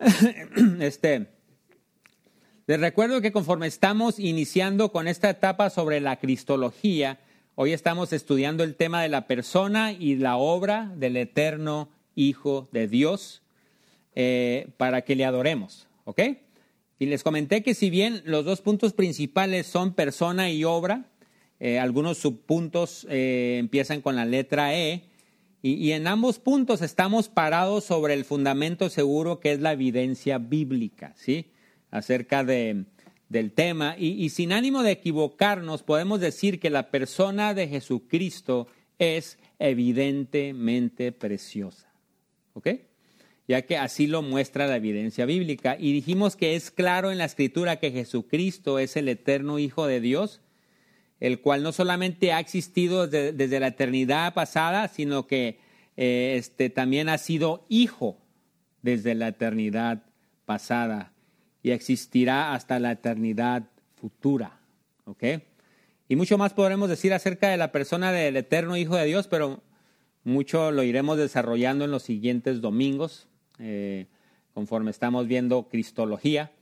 les recuerdo que conforme estamos iniciando con esta etapa sobre la cristología, hoy estamos estudiando el tema de la persona y la obra del eterno Hijo de Dios para que le adoremos, ¿ok? Y les comenté que si bien los dos puntos principales son persona y obra, algunos subpuntos empiezan con la letra E, y en ambos puntos estamos parados sobre el fundamento seguro que es la evidencia bíblica, ¿sí? Acerca del tema. Y sin ánimo de equivocarnos, podemos decir que la persona de Jesucristo es evidentemente preciosa, ¿ok? Ya que así lo muestra la evidencia bíblica. Y dijimos que es claro en la Escritura que Jesucristo es el eterno Hijo de Dios, el cual no solamente ha existido desde la eternidad pasada, sino que también ha sido Hijo desde la eternidad pasada y existirá hasta la eternidad futura, ¿ok? Y mucho más podremos decir acerca de la persona del eterno Hijo de Dios, pero mucho lo iremos desarrollando en los siguientes domingos, conforme estamos viendo Cristología.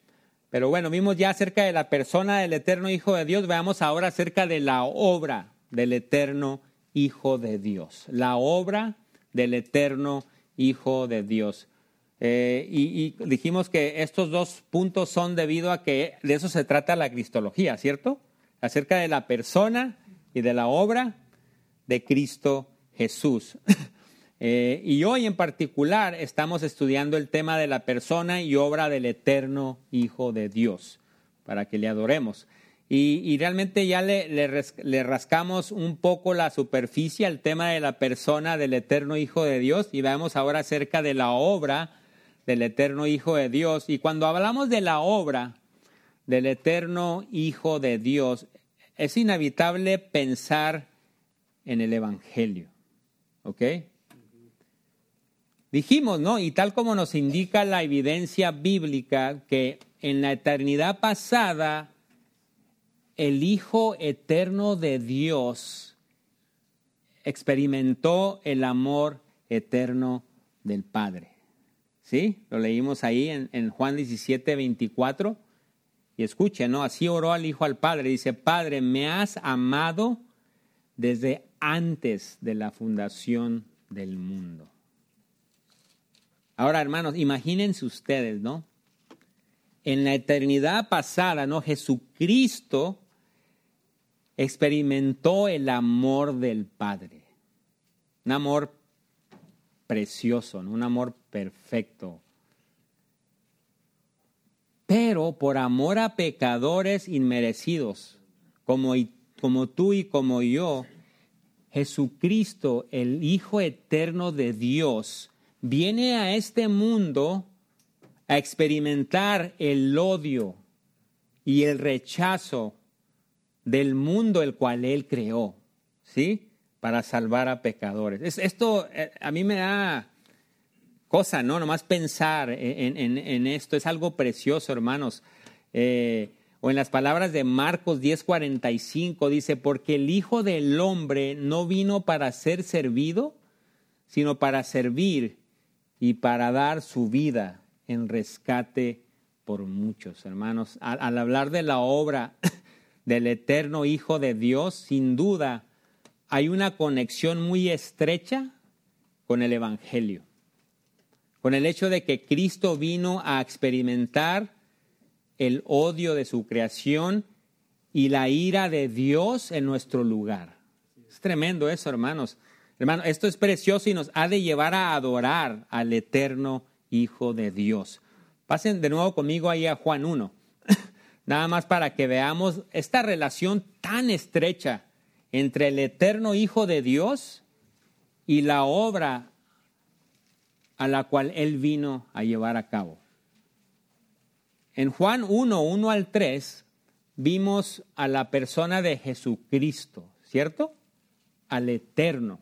Pero bueno, vimos ya acerca de la persona del eterno Hijo de Dios. Veamos ahora acerca de la obra del eterno Hijo de Dios. La obra del eterno Hijo de Dios. Y dijimos que estos dos puntos son debido a que de eso se trata la cristología, ¿cierto? Acerca de la persona y de la obra de Cristo Jesús. Y hoy en particular estamos estudiando el tema de la persona y obra del eterno Hijo de Dios, para que le adoremos. Y realmente ya le rascamos un poco la superficie al tema de la persona del eterno Hijo de Dios, y veamos ahora acerca de la obra del eterno Hijo de Dios. Y cuando hablamos de la obra del eterno Hijo de Dios, es inevitable pensar en el Evangelio, ¿ok? Dijimos, ¿no? Y tal como nos indica la evidencia bíblica, que en la eternidad pasada, el Hijo eterno de Dios experimentó el amor eterno del Padre. ¿Sí? Lo leímos ahí en Juan 17, 24. Y escuchen, ¿no? Así oró al Hijo al Padre. Dice, Padre, me has amado desde antes de la fundación del mundo. Ahora, hermanos, imagínense ustedes, ¿no? En la eternidad pasada, ¿no? Jesucristo experimentó el amor del Padre. Un amor precioso, ¿no? Un amor perfecto. Pero por amor a pecadores inmerecidos, como tú y como yo, Jesucristo, el Hijo eterno de Dios, viene a este mundo a experimentar el odio y el rechazo del mundo el cual Él creó, ¿sí? Para salvar a pecadores. Esto a mí me da cosa, ¿no? Nomás pensar en esto. Es algo precioso, hermanos. O en las palabras de Marcos 10:45 dice, porque el Hijo del Hombre no vino para ser servido, sino para servir y para dar su vida en rescate por muchos, hermanos. Al hablar de la obra del eterno Hijo de Dios, sin duda hay una conexión muy estrecha con el Evangelio, con el hecho de que Cristo vino a experimentar el odio de su creación y la ira de Dios en nuestro lugar. Es tremendo eso, hermanos. Hermano, esto es precioso y nos ha de llevar a adorar al eterno Hijo de Dios. Pasen de nuevo conmigo ahí a Juan 1. Nada más para que veamos esta relación tan estrecha entre el eterno Hijo de Dios y la obra a la cual Él vino a llevar a cabo. En Juan 1, 1 al 3, vimos a la persona de Jesucristo, ¿cierto? Al eterno.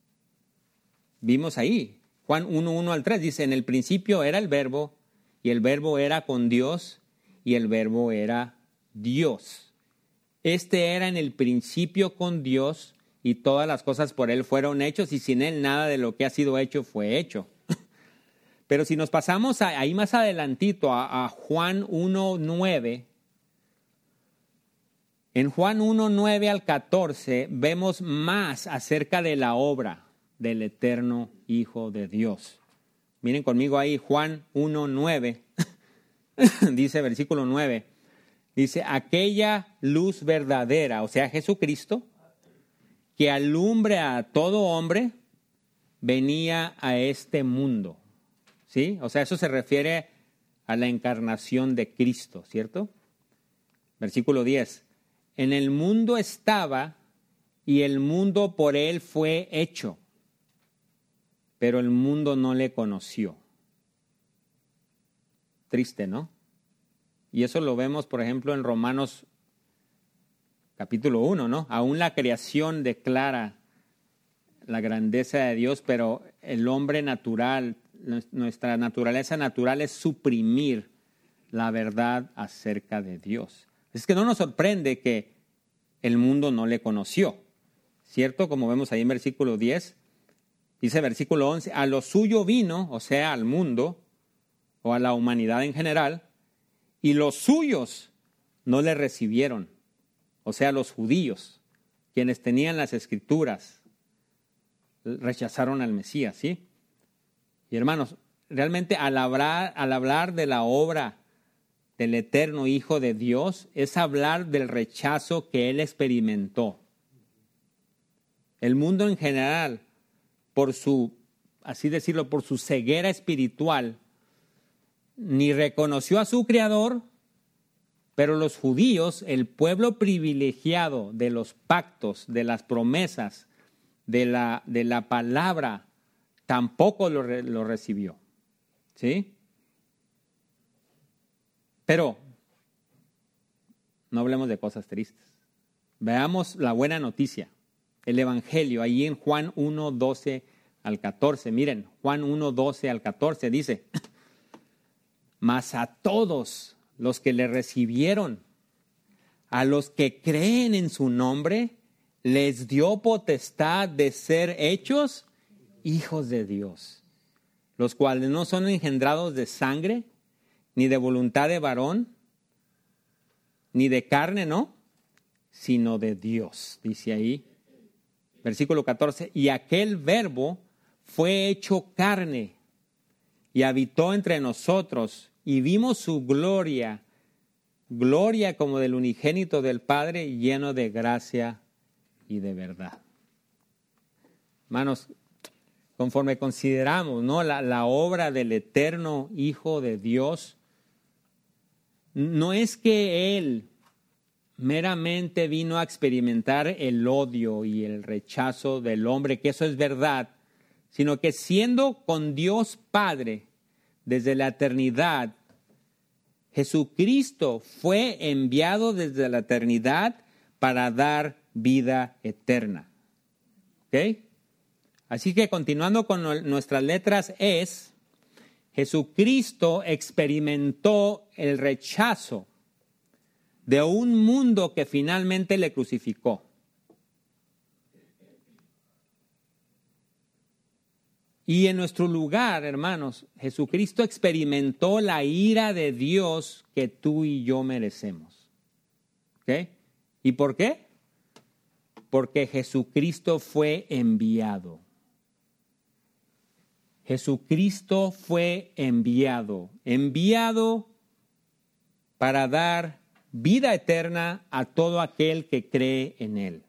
Vimos ahí, Juan 1, 1 al 3, dice, en el principio era el Verbo, y el Verbo era con Dios, y el Verbo era Dios. Este era en el principio con Dios, y todas las cosas por Él fueron hechos, y sin Él nada de lo que ha sido hecho fue hecho. Pero si nos pasamos ahí más adelantito a Juan 1, 9, en Juan 1, 9 al 14, vemos más acerca de la obra del eterno Hijo de Dios. Miren conmigo ahí, Juan 1, 9, dice versículo 9, dice, aquella luz verdadera, o sea, Jesucristo, que alumbra a todo hombre, venía a este mundo. ¿Sí? O sea, eso se refiere a la encarnación de Cristo, ¿cierto? Versículo 10. En el mundo estaba y el mundo por Él fue hecho, pero el mundo no le conoció. Triste, ¿no? Y eso lo vemos, por ejemplo, en Romanos capítulo 1, ¿no? Aún la creación declara la grandeza de Dios, pero el hombre natural, nuestra naturaleza natural es suprimir la verdad acerca de Dios. Es que no nos sorprende que el mundo no le conoció, ¿cierto? Como vemos ahí en versículo 10, dice versículo 11, a lo suyo vino, o sea, al mundo, o a la humanidad en general, y los suyos no le recibieron. O sea, los judíos, quienes tenían las Escrituras, rechazaron al Mesías, ¿sí? Y hermanos, realmente al hablar de la obra del eterno Hijo de Dios, es hablar del rechazo que Él experimentó. El mundo en general, por su, así decirlo, por su ceguera espiritual, ni reconoció a su Creador, pero los judíos, el pueblo privilegiado de los pactos, de las promesas, de la palabra, tampoco lo recibió. ¿Sí? Pero no hablemos de cosas tristes. Veamos la buena noticia, el Evangelio, ahí en Juan 1, 12 al 14. Miren, Juan 1, 12 al 14 dice: mas a todos los que le recibieron, a los que creen en su nombre, les dio potestad de ser hechos hijos de Dios, los cuales no son engendrados de sangre, ni de voluntad de varón, ni de carne, ¿no? Sino de Dios, dice ahí. Versículo 14, y aquel verbo fue hecho carne y habitó entre nosotros y vimos su gloria, gloria como del unigénito del Padre, lleno de gracia y de verdad. Hermanos, conforme consideramos, ¿no?, la obra del eterno Hijo de Dios, no es que Él meramente vino a experimentar el odio y el rechazo del hombre, que eso es verdad, sino que siendo con Dios Padre desde la eternidad, Jesucristo fue enviado desde la eternidad para dar vida eterna. ¿Ok? Así que continuando con nuestras letras es, Jesucristo experimentó el rechazo de un mundo que finalmente le crucificó. Y en nuestro lugar, hermanos, Jesucristo experimentó la ira de Dios que tú y yo merecemos. ¿Ok? ¿Y por qué? Porque Jesucristo fue enviado. Jesucristo fue enviado para dar vida eterna a todo aquel que cree en Él.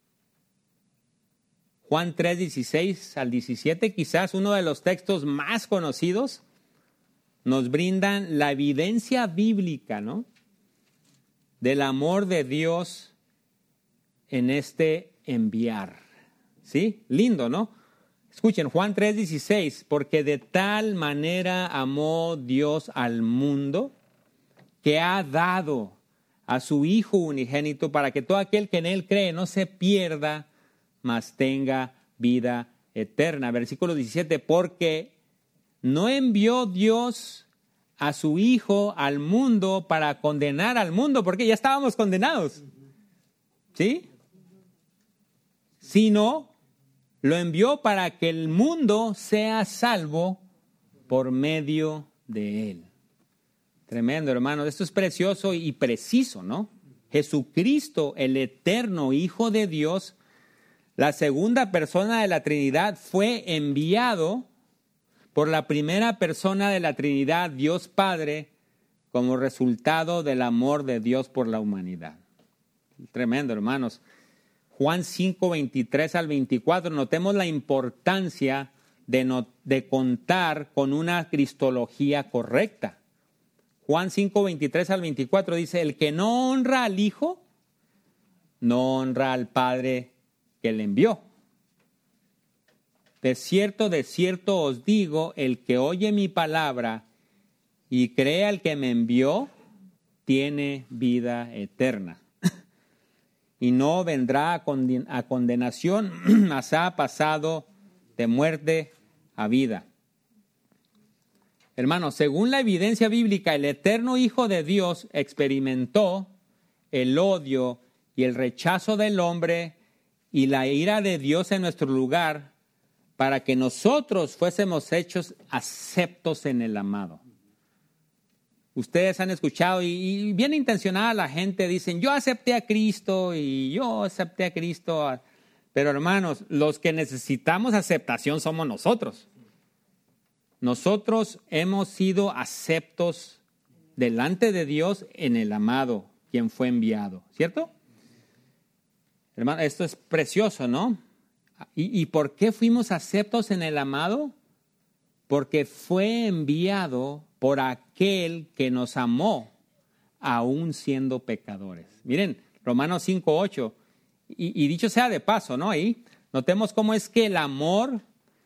Juan 3, 16 al 17, quizás uno de los textos más conocidos, nos brindan la evidencia bíblica, ¿no?, del amor de Dios en este enviar. ¿Sí? Lindo, ¿no? Escuchen, Juan 3, 16, porque de tal manera amó Dios al mundo que ha dado a su Hijo unigénito para que todo aquel que en Él cree no se pierda, mas tenga vida eterna. Versículo 17, porque no envió Dios a su Hijo al mundo para condenar al mundo, porque ya estábamos condenados, ¿sí? Sino lo envió para que el mundo sea salvo por medio de Él. Tremendo, hermano. Esto es precioso y preciso, ¿no? Jesucristo, el eterno Hijo de Dios, la segunda persona de la Trinidad, fue enviado por la primera persona de la Trinidad, Dios Padre, como resultado del amor de Dios por la humanidad. Tremendo, hermanos. Juan 5, 23 al 24, notemos la importancia de contar con una cristología correcta. Juan 5, 23 al 24 dice, el que no honra al Hijo, no honra al Padre que le envió. De cierto os digo, el que oye mi palabra y cree al que me envió, tiene vida eterna. Y no vendrá a condenación, mas ha pasado de muerte a vida. Hermanos, según la evidencia bíblica, el eterno Hijo de Dios experimentó el odio y el rechazo del hombre y la ira de Dios en nuestro lugar para que nosotros fuésemos hechos aceptos en el amado. ustedes han escuchado y bien intencionada la gente dicen, yo acepté a Cristo y yo acepté a Cristo. Pero hermanos, los que necesitamos aceptación somos nosotros. Nosotros hemos sido aceptos delante de Dios en el amado, quien fue enviado, ¿cierto? Hermano, esto es precioso, ¿no? ¿Y por qué fuimos aceptos en el amado? Porque fue enviado por aquel que nos amó, aún siendo pecadores. Miren, Romanos 5:8, y dicho sea de paso, ¿no? Ahí notemos cómo es que el amor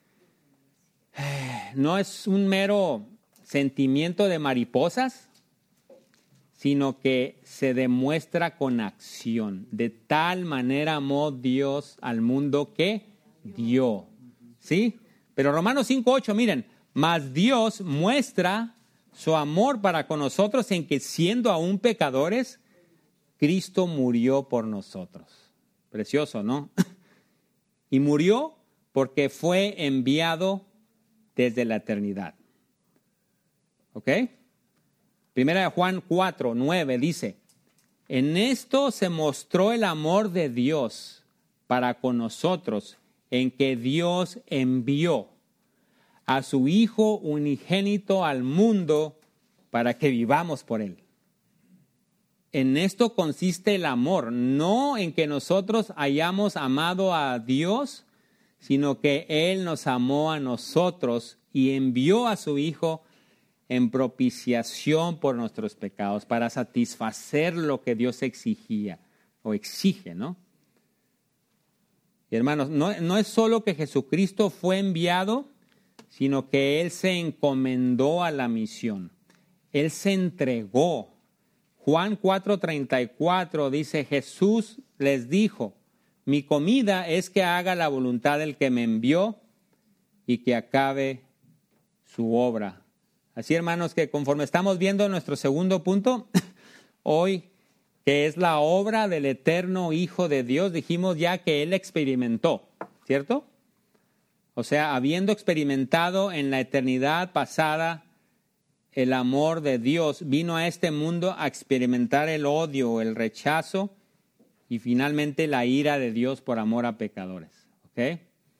no es un mero sentimiento de mariposas, sino que se demuestra con acción. De tal manera amó Dios al mundo que dio. ¿Sí? Pero Romanos 5:8, miren, mas Dios muestra su amor para con nosotros en que siendo aún pecadores, Cristo murió por nosotros. Precioso, ¿no? Y murió porque fue enviado desde la eternidad. ¿Ok? Primera de Juan 4:9 dice, en esto se mostró el amor de Dios para con nosotros, en que Dios envió a su Hijo unigénito al mundo para que vivamos por Él. En esto consiste el amor, no en que nosotros hayamos amado a Dios, sino que Él nos amó a nosotros y envió a su Hijo en propiciación por nuestros pecados, para satisfacer lo que Dios exigía o exige, ¿no? Y hermanos, no es solo que Jesucristo fue enviado, sino que Él se encomendó a la misión. Él se entregó. Juan 4:34 dice, Jesús les dijo, mi comida es que haga la voluntad del que me envió y que acabe su obra. Así, hermanos, que conforme estamos viendo nuestro segundo punto, hoy, que es la obra del eterno Hijo de Dios, dijimos ya que Él experimentó, ¿cierto? O sea, habiendo experimentado en la eternidad pasada el amor de Dios, vino a este mundo a experimentar el odio, el rechazo y finalmente la ira de Dios por amor a pecadores. ¿Ok?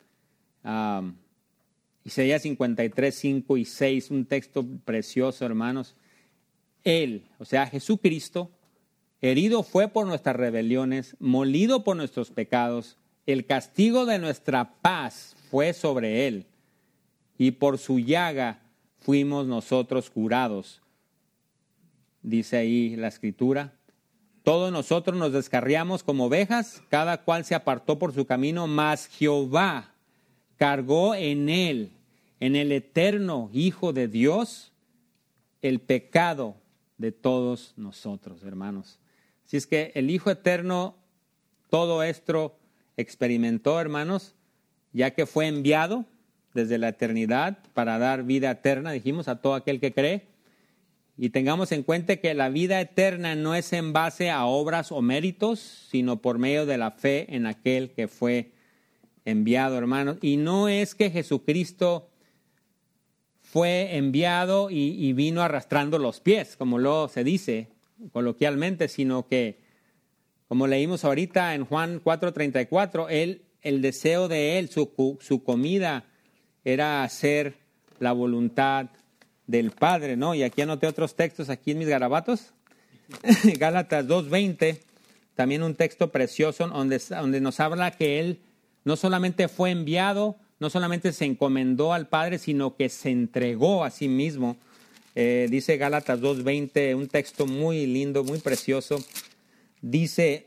Isaías 53, 5 y 6, un texto precioso, hermanos. Él, o sea, Jesucristo, herido fue por nuestras rebeliones, molido por nuestros pecados. El castigo de nuestra paz fue sobre Él, y por su llaga fuimos nosotros curados. Dice ahí la Escritura. Todos nosotros nos descarriamos como ovejas, cada cual se apartó por su camino, mas Jehová cargó en Él, en el eterno Hijo de Dios, el pecado de todos nosotros, hermanos. Así es que el Hijo eterno todo esto experimentó, hermanos, ya que fue enviado desde la eternidad para dar vida eterna, dijimos, a todo aquel que cree. Y tengamos en cuenta que la vida eterna no es en base a obras o méritos, sino por medio de la fe en aquel que fue enviado, hermanos. Y no es que Jesucristo fue enviado y vino arrastrando los pies, como lo se dice coloquialmente, sino que, como leímos ahorita en Juan 4:34, el deseo de Él, su comida, era hacer la voluntad del Padre, ¿no? Y aquí anoté otros textos aquí en mis garabatos. Gálatas 2:20, también un texto precioso donde nos habla que Él no solamente fue enviado, no solamente se encomendó al Padre, sino que se entregó a sí mismo. Dice Gálatas 2:20, un texto muy lindo, muy precioso. Dice,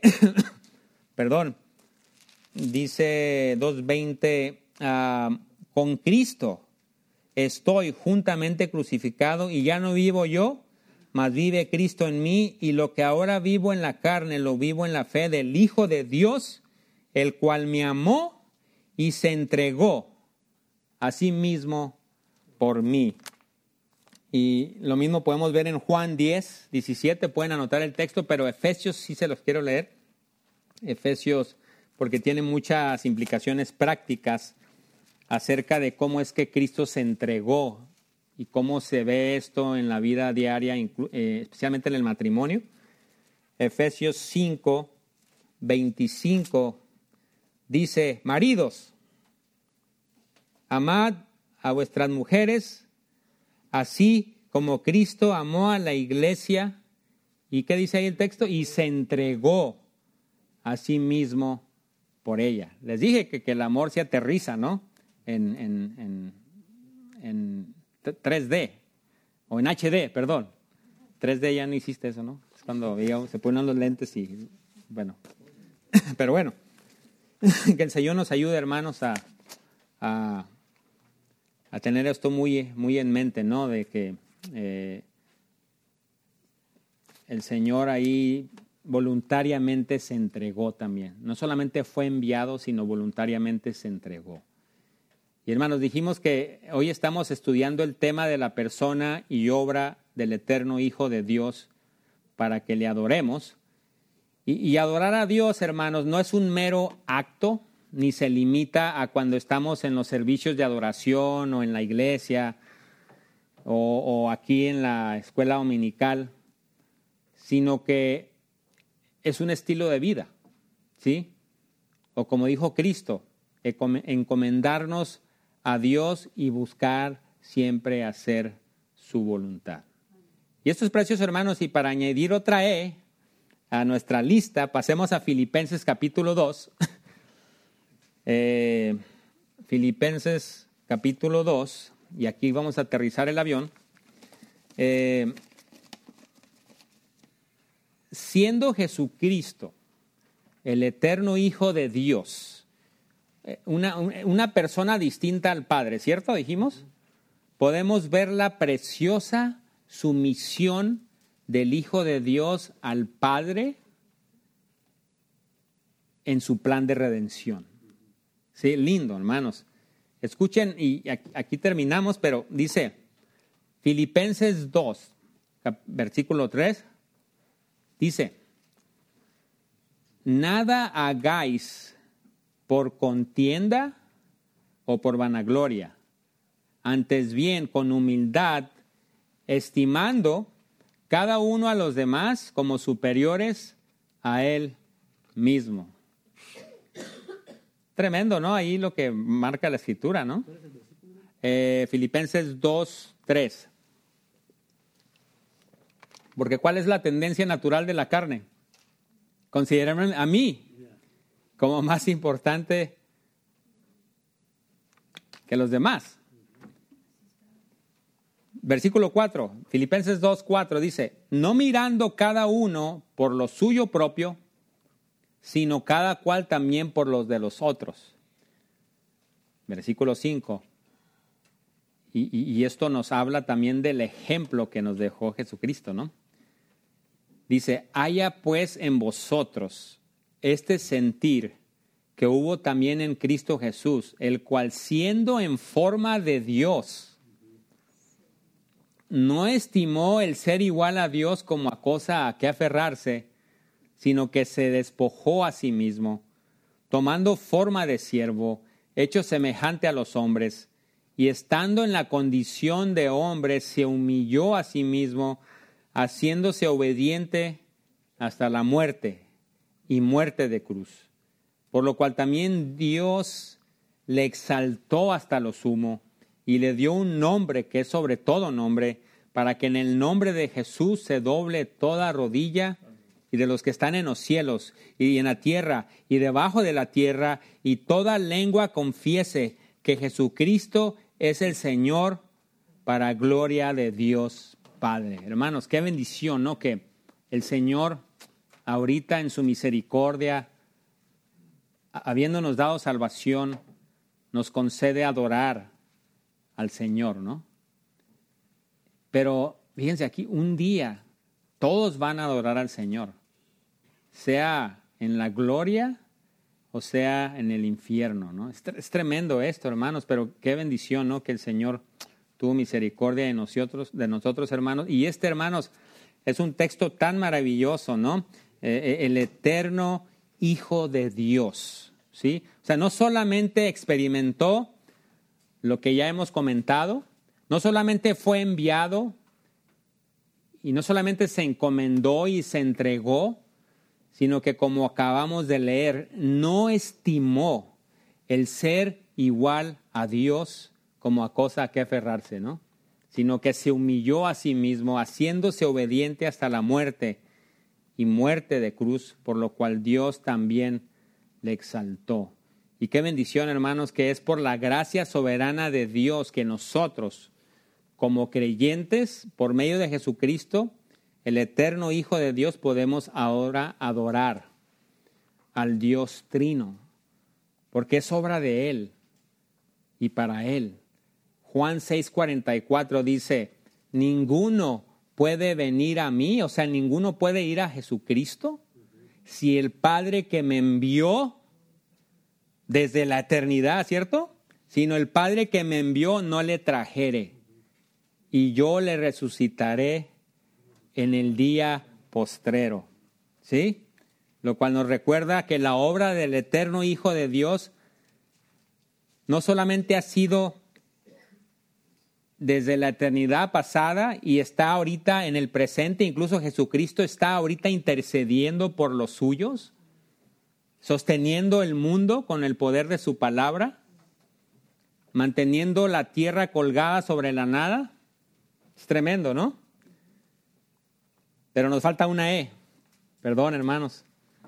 dice 2:20, con Cristo estoy juntamente crucificado y ya no vivo yo, mas vive Cristo en mí, y lo que ahora vivo en la carne lo vivo en la fe del Hijo de Dios, el cual me amó y se entregó a sí mismo por mí. Y lo mismo podemos ver en Juan 10:17, pueden anotar el texto, pero Efesios sí se los quiero leer. Efesios, porque tiene muchas implicaciones prácticas acerca de cómo es que Cristo se entregó y cómo se ve esto en la vida diaria, especialmente en el matrimonio. Efesios 5, 25 dice: maridos, amad a vuestras mujeres, así como Cristo amó a la iglesia. ¿Y qué dice ahí el texto? Y se entregó a sí mismo por ella. Les dije que el amor se aterriza, ¿no? En 3D, o en HD, perdón. 3D ya no hiciste eso, ¿no? Es cuando se ponen los lentes y, bueno. Pero bueno, que el Señor nos ayude, hermanos, a tener esto muy, muy en mente, ¿no? De que el Señor ahí voluntariamente se entregó también. No solamente fue enviado, sino voluntariamente se entregó. Y hermanos, dijimos que hoy estamos estudiando el tema de la persona y obra del eterno Hijo de Dios para que le adoremos. Y adorar a Dios, hermanos, no es un mero acto, ni se limita a cuando estamos en los servicios de adoración o en la iglesia o aquí en la escuela dominical, sino que es un estilo de vida, ¿sí? O como dijo Cristo, encomendarnos a Dios y buscar siempre hacer su voluntad. Y esto es precioso, hermanos, y para añadir otra a nuestra lista, pasemos a Filipenses capítulo 2. Filipenses capítulo 2, y aquí vamos a aterrizar el avión. Siendo Jesucristo el eterno Hijo de Dios, una persona distinta al Padre, ¿cierto? Dijimos, podemos ver la preciosa sumisión del Hijo de Dios al Padre en su plan de redención. Sí, lindo, hermanos. Escuchen, y aquí terminamos, pero dice Filipenses 2, versículo 3, dice: nada hagáis por contienda o por vanagloria, antes bien con humildad, estimando cada uno a los demás como superiores a él mismo. Tremendo, ¿no? Ahí lo que marca la Escritura, ¿no? Filipenses 2, 3. Porque ¿cuál es la tendencia natural de la carne? Considérenme a mí como más importante que los demás. Versículo 4, Filipenses 2, 4 dice: no mirando cada uno por lo suyo propio, sino cada cual también por los de los otros. Versículo 5, y esto nos habla también del ejemplo que nos dejó Jesucristo, ¿no? Dice: haya pues en vosotros este sentir que hubo también en Cristo Jesús, el cual siendo en forma de Dios, no estimó el ser igual a Dios como a cosa a que aferrarse, sino que se despojó a sí mismo, tomando forma de siervo, hecho semejante a los hombres, y estando en la condición de hombre, se humilló a sí mismo, haciéndose obediente hasta la muerte, y muerte de cruz. Por lo cual también Dios le exaltó hasta lo sumo, y le dio un nombre que es sobre todo nombre, para que en el nombre de Jesús se doble toda rodilla, y de los que están en los cielos, y en la tierra, y debajo de la tierra, y toda lengua confiese que Jesucristo es el Señor, para gloria de Dios Padre. Hermanos, qué bendición, ¿no? Que el Señor, ahorita en su misericordia, habiéndonos dado salvación, nos concede adorar al Señor, ¿no? Pero fíjense aquí, un día todos van a adorar al Señor, sea en la gloria o sea en el infierno, ¿no? Es tremendo esto, hermanos, pero qué bendición, ¿no? Que el Señor tuvo misericordia de nosotros, hermanos. Y hermanos, es un texto tan maravilloso, ¿no? El eterno Hijo de Dios, ¿sí? O sea, no solamente experimentó lo que ya hemos comentado, no solamente fue enviado y no solamente se encomendó y se entregó, sino que, como acabamos de leer, no estimó el ser igual a Dios como a cosa a que aferrarse, ¿no? Sino que se humilló a sí mismo, haciéndose obediente hasta la muerte y muerte de cruz, por lo cual Dios también le exaltó. Y qué bendición, hermanos, que es por la gracia soberana de Dios que nosotros, como creyentes, por medio de Jesucristo, el eterno Hijo de Dios, podemos ahora adorar al Dios Trino, porque es obra de Él y para Él. Juan 6:44 dice, ninguno puede venir a mí, o sea, ninguno puede ir a Jesucristo, si el Padre que me envió desde la eternidad, ¿cierto? Sino el Padre que me envió no le trajere, y yo le resucitaré en el día postrero, ¿sí? Lo cual nos recuerda que la obra del eterno Hijo de Dios no solamente ha sido desde la eternidad pasada y está ahorita en el presente, incluso Jesucristo está ahorita intercediendo por los suyos, sosteniendo el mundo con el poder de su palabra, manteniendo la tierra colgada sobre la nada. Es tremendo, ¿no? Pero nos falta una E. Perdón, hermanos.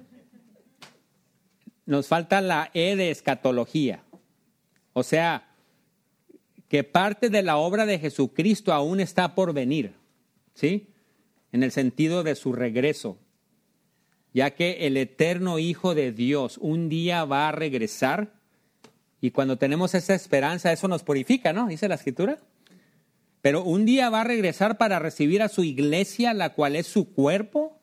Nos falta la E de escatología. O sea, que parte de la obra de Jesucristo aún está por venir, ¿sí? En el sentido de su regreso. Ya que el eterno Hijo de Dios un día va a regresar, y cuando tenemos esa esperanza, eso nos purifica, ¿no? Dice la Escritura. Pero un día va a regresar para recibir a su iglesia, la cual es su cuerpo,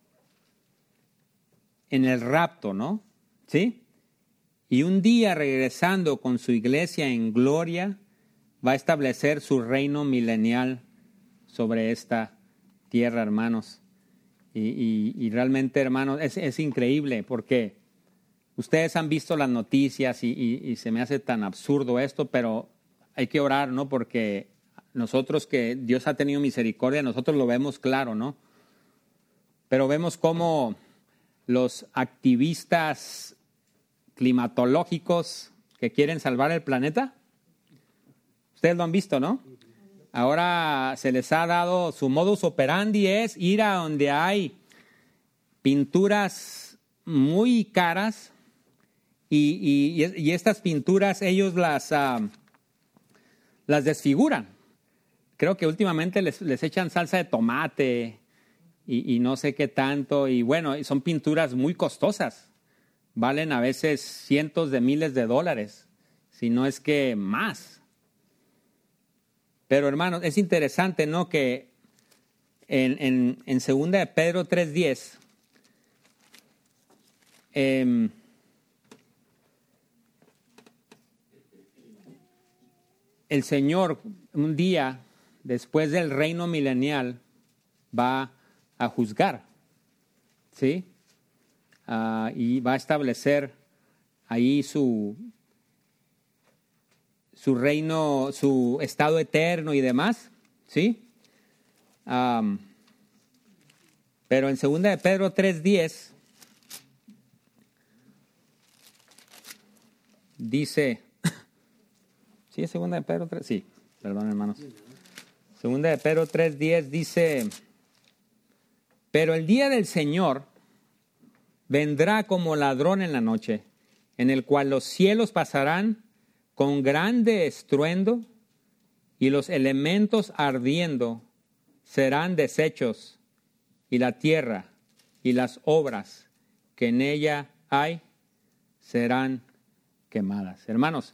en el rapto, ¿no? ¿Sí? Y un día, regresando con su iglesia en gloria, va a establecer su reino milenial sobre esta tierra, hermanos. Y realmente, hermanos, es increíble, porque ustedes han visto las noticias y se me hace tan absurdo esto, pero hay que orar, ¿no? Porque nosotros, que Dios ha tenido misericordia, nosotros lo vemos claro, ¿no? Pero vemos cómo los activistas climatológicos que quieren salvar el planeta, ustedes lo han visto, ¿no? Ahora se les ha dado, su modus operandi es ir a donde hay pinturas muy caras y estas pinturas ellos las desfiguran. Creo que últimamente les echan salsa de tomate y no sé qué tanto. Y bueno, son pinturas muy costosas. Valen a veces cientos de miles de dólares, si no es que más. Pero, hermanos, es interesante, ¿no? Que en 2 de Pedro 3:10, el Señor un día, después del reino milenial, va a juzgar, ¿sí? Y va a establecer ahí su reino, su estado eterno y demás, ¿sí? Pero en 2 de Pedro 3:10 dice, ¿sí es 2 de Pedro 3? Sí, perdón, hermanos. 2 de Pedro 3:10 dice, pero el día del Señor vendrá como ladrón en la noche, en el cual los cielos pasarán con grande estruendo y los elementos ardiendo serán deshechos, y la tierra y las obras que en ella hay serán quemadas. Hermanos,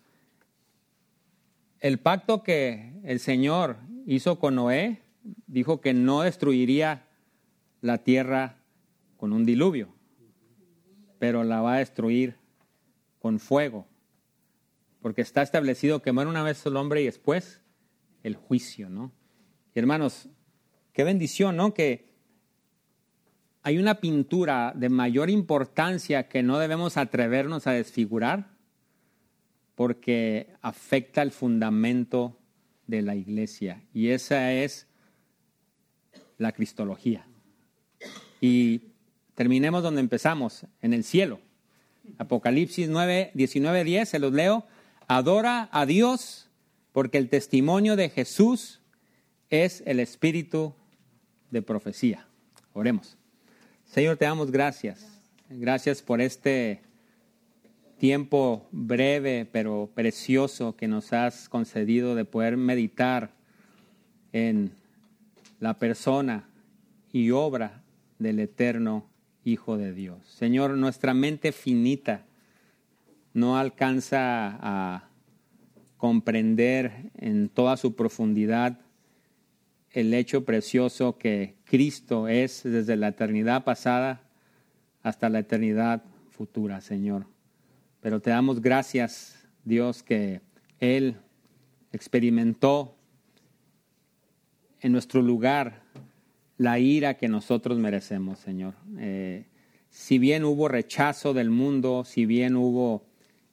el pacto que el Señor hizo con Noé dijo que no destruiría la tierra con un diluvio, pero la va a destruir con fuego, porque está establecido quemar una vez el hombre y después el juicio, ¿no? Y hermanos, qué bendición, ¿no? Que hay una pintura de mayor importancia que no debemos atrevernos a desfigurar, porque afecta el fundamento de la iglesia. Y esa es la cristología. Y terminemos donde empezamos, en el cielo. Apocalipsis 9, 19, 10, se los leo. Adora a Dios porque el testimonio de Jesús es el espíritu de profecía. Oremos. Señor, te damos gracias. Gracias por este tiempo breve pero precioso que nos has concedido de poder meditar en la persona y obra del eterno Hijo de Dios. Señor, nuestra mente finita no alcanza a comprender en toda su profundidad el hecho precioso que Cristo es desde la eternidad pasada hasta la eternidad futura, Señor. Pero te damos gracias, Dios, que Él experimentó en nuestro lugar la ira que nosotros merecemos, Señor. Si bien hubo rechazo del mundo, si bien hubo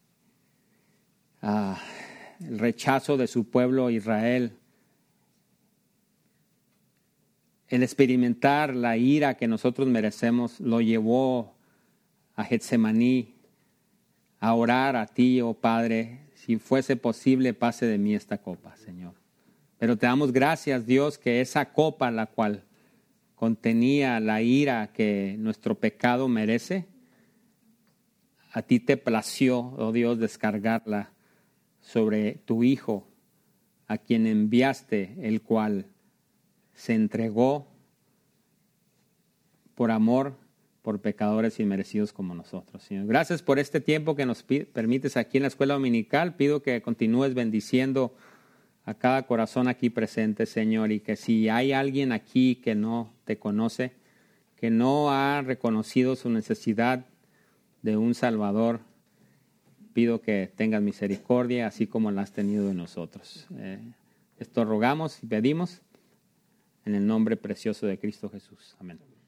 el rechazo de su pueblo Israel, el experimentar la ira que nosotros merecemos lo llevó a Getsemaní, a orar a ti, oh Padre, si fuese posible, pase de mí esta copa, Señor. Pero te damos gracias, Dios, que esa copa, la cual contenía la ira que nuestro pecado merece, a ti te plació, oh Dios, descargarla sobre tu Hijo, a quien enviaste, el cual se entregó por amor por pecadores inmerecidos como nosotros, Señor. Gracias por este tiempo que nos permites aquí en la escuela dominical. Pido que continúes bendiciendo a cada corazón aquí presente, Señor, y que si hay alguien aquí que no te conoce, que no ha reconocido su necesidad de un Salvador, pido que tengas misericordia, así como la has tenido de nosotros. Esto rogamos y pedimos en el nombre precioso de Cristo Jesús. Amén.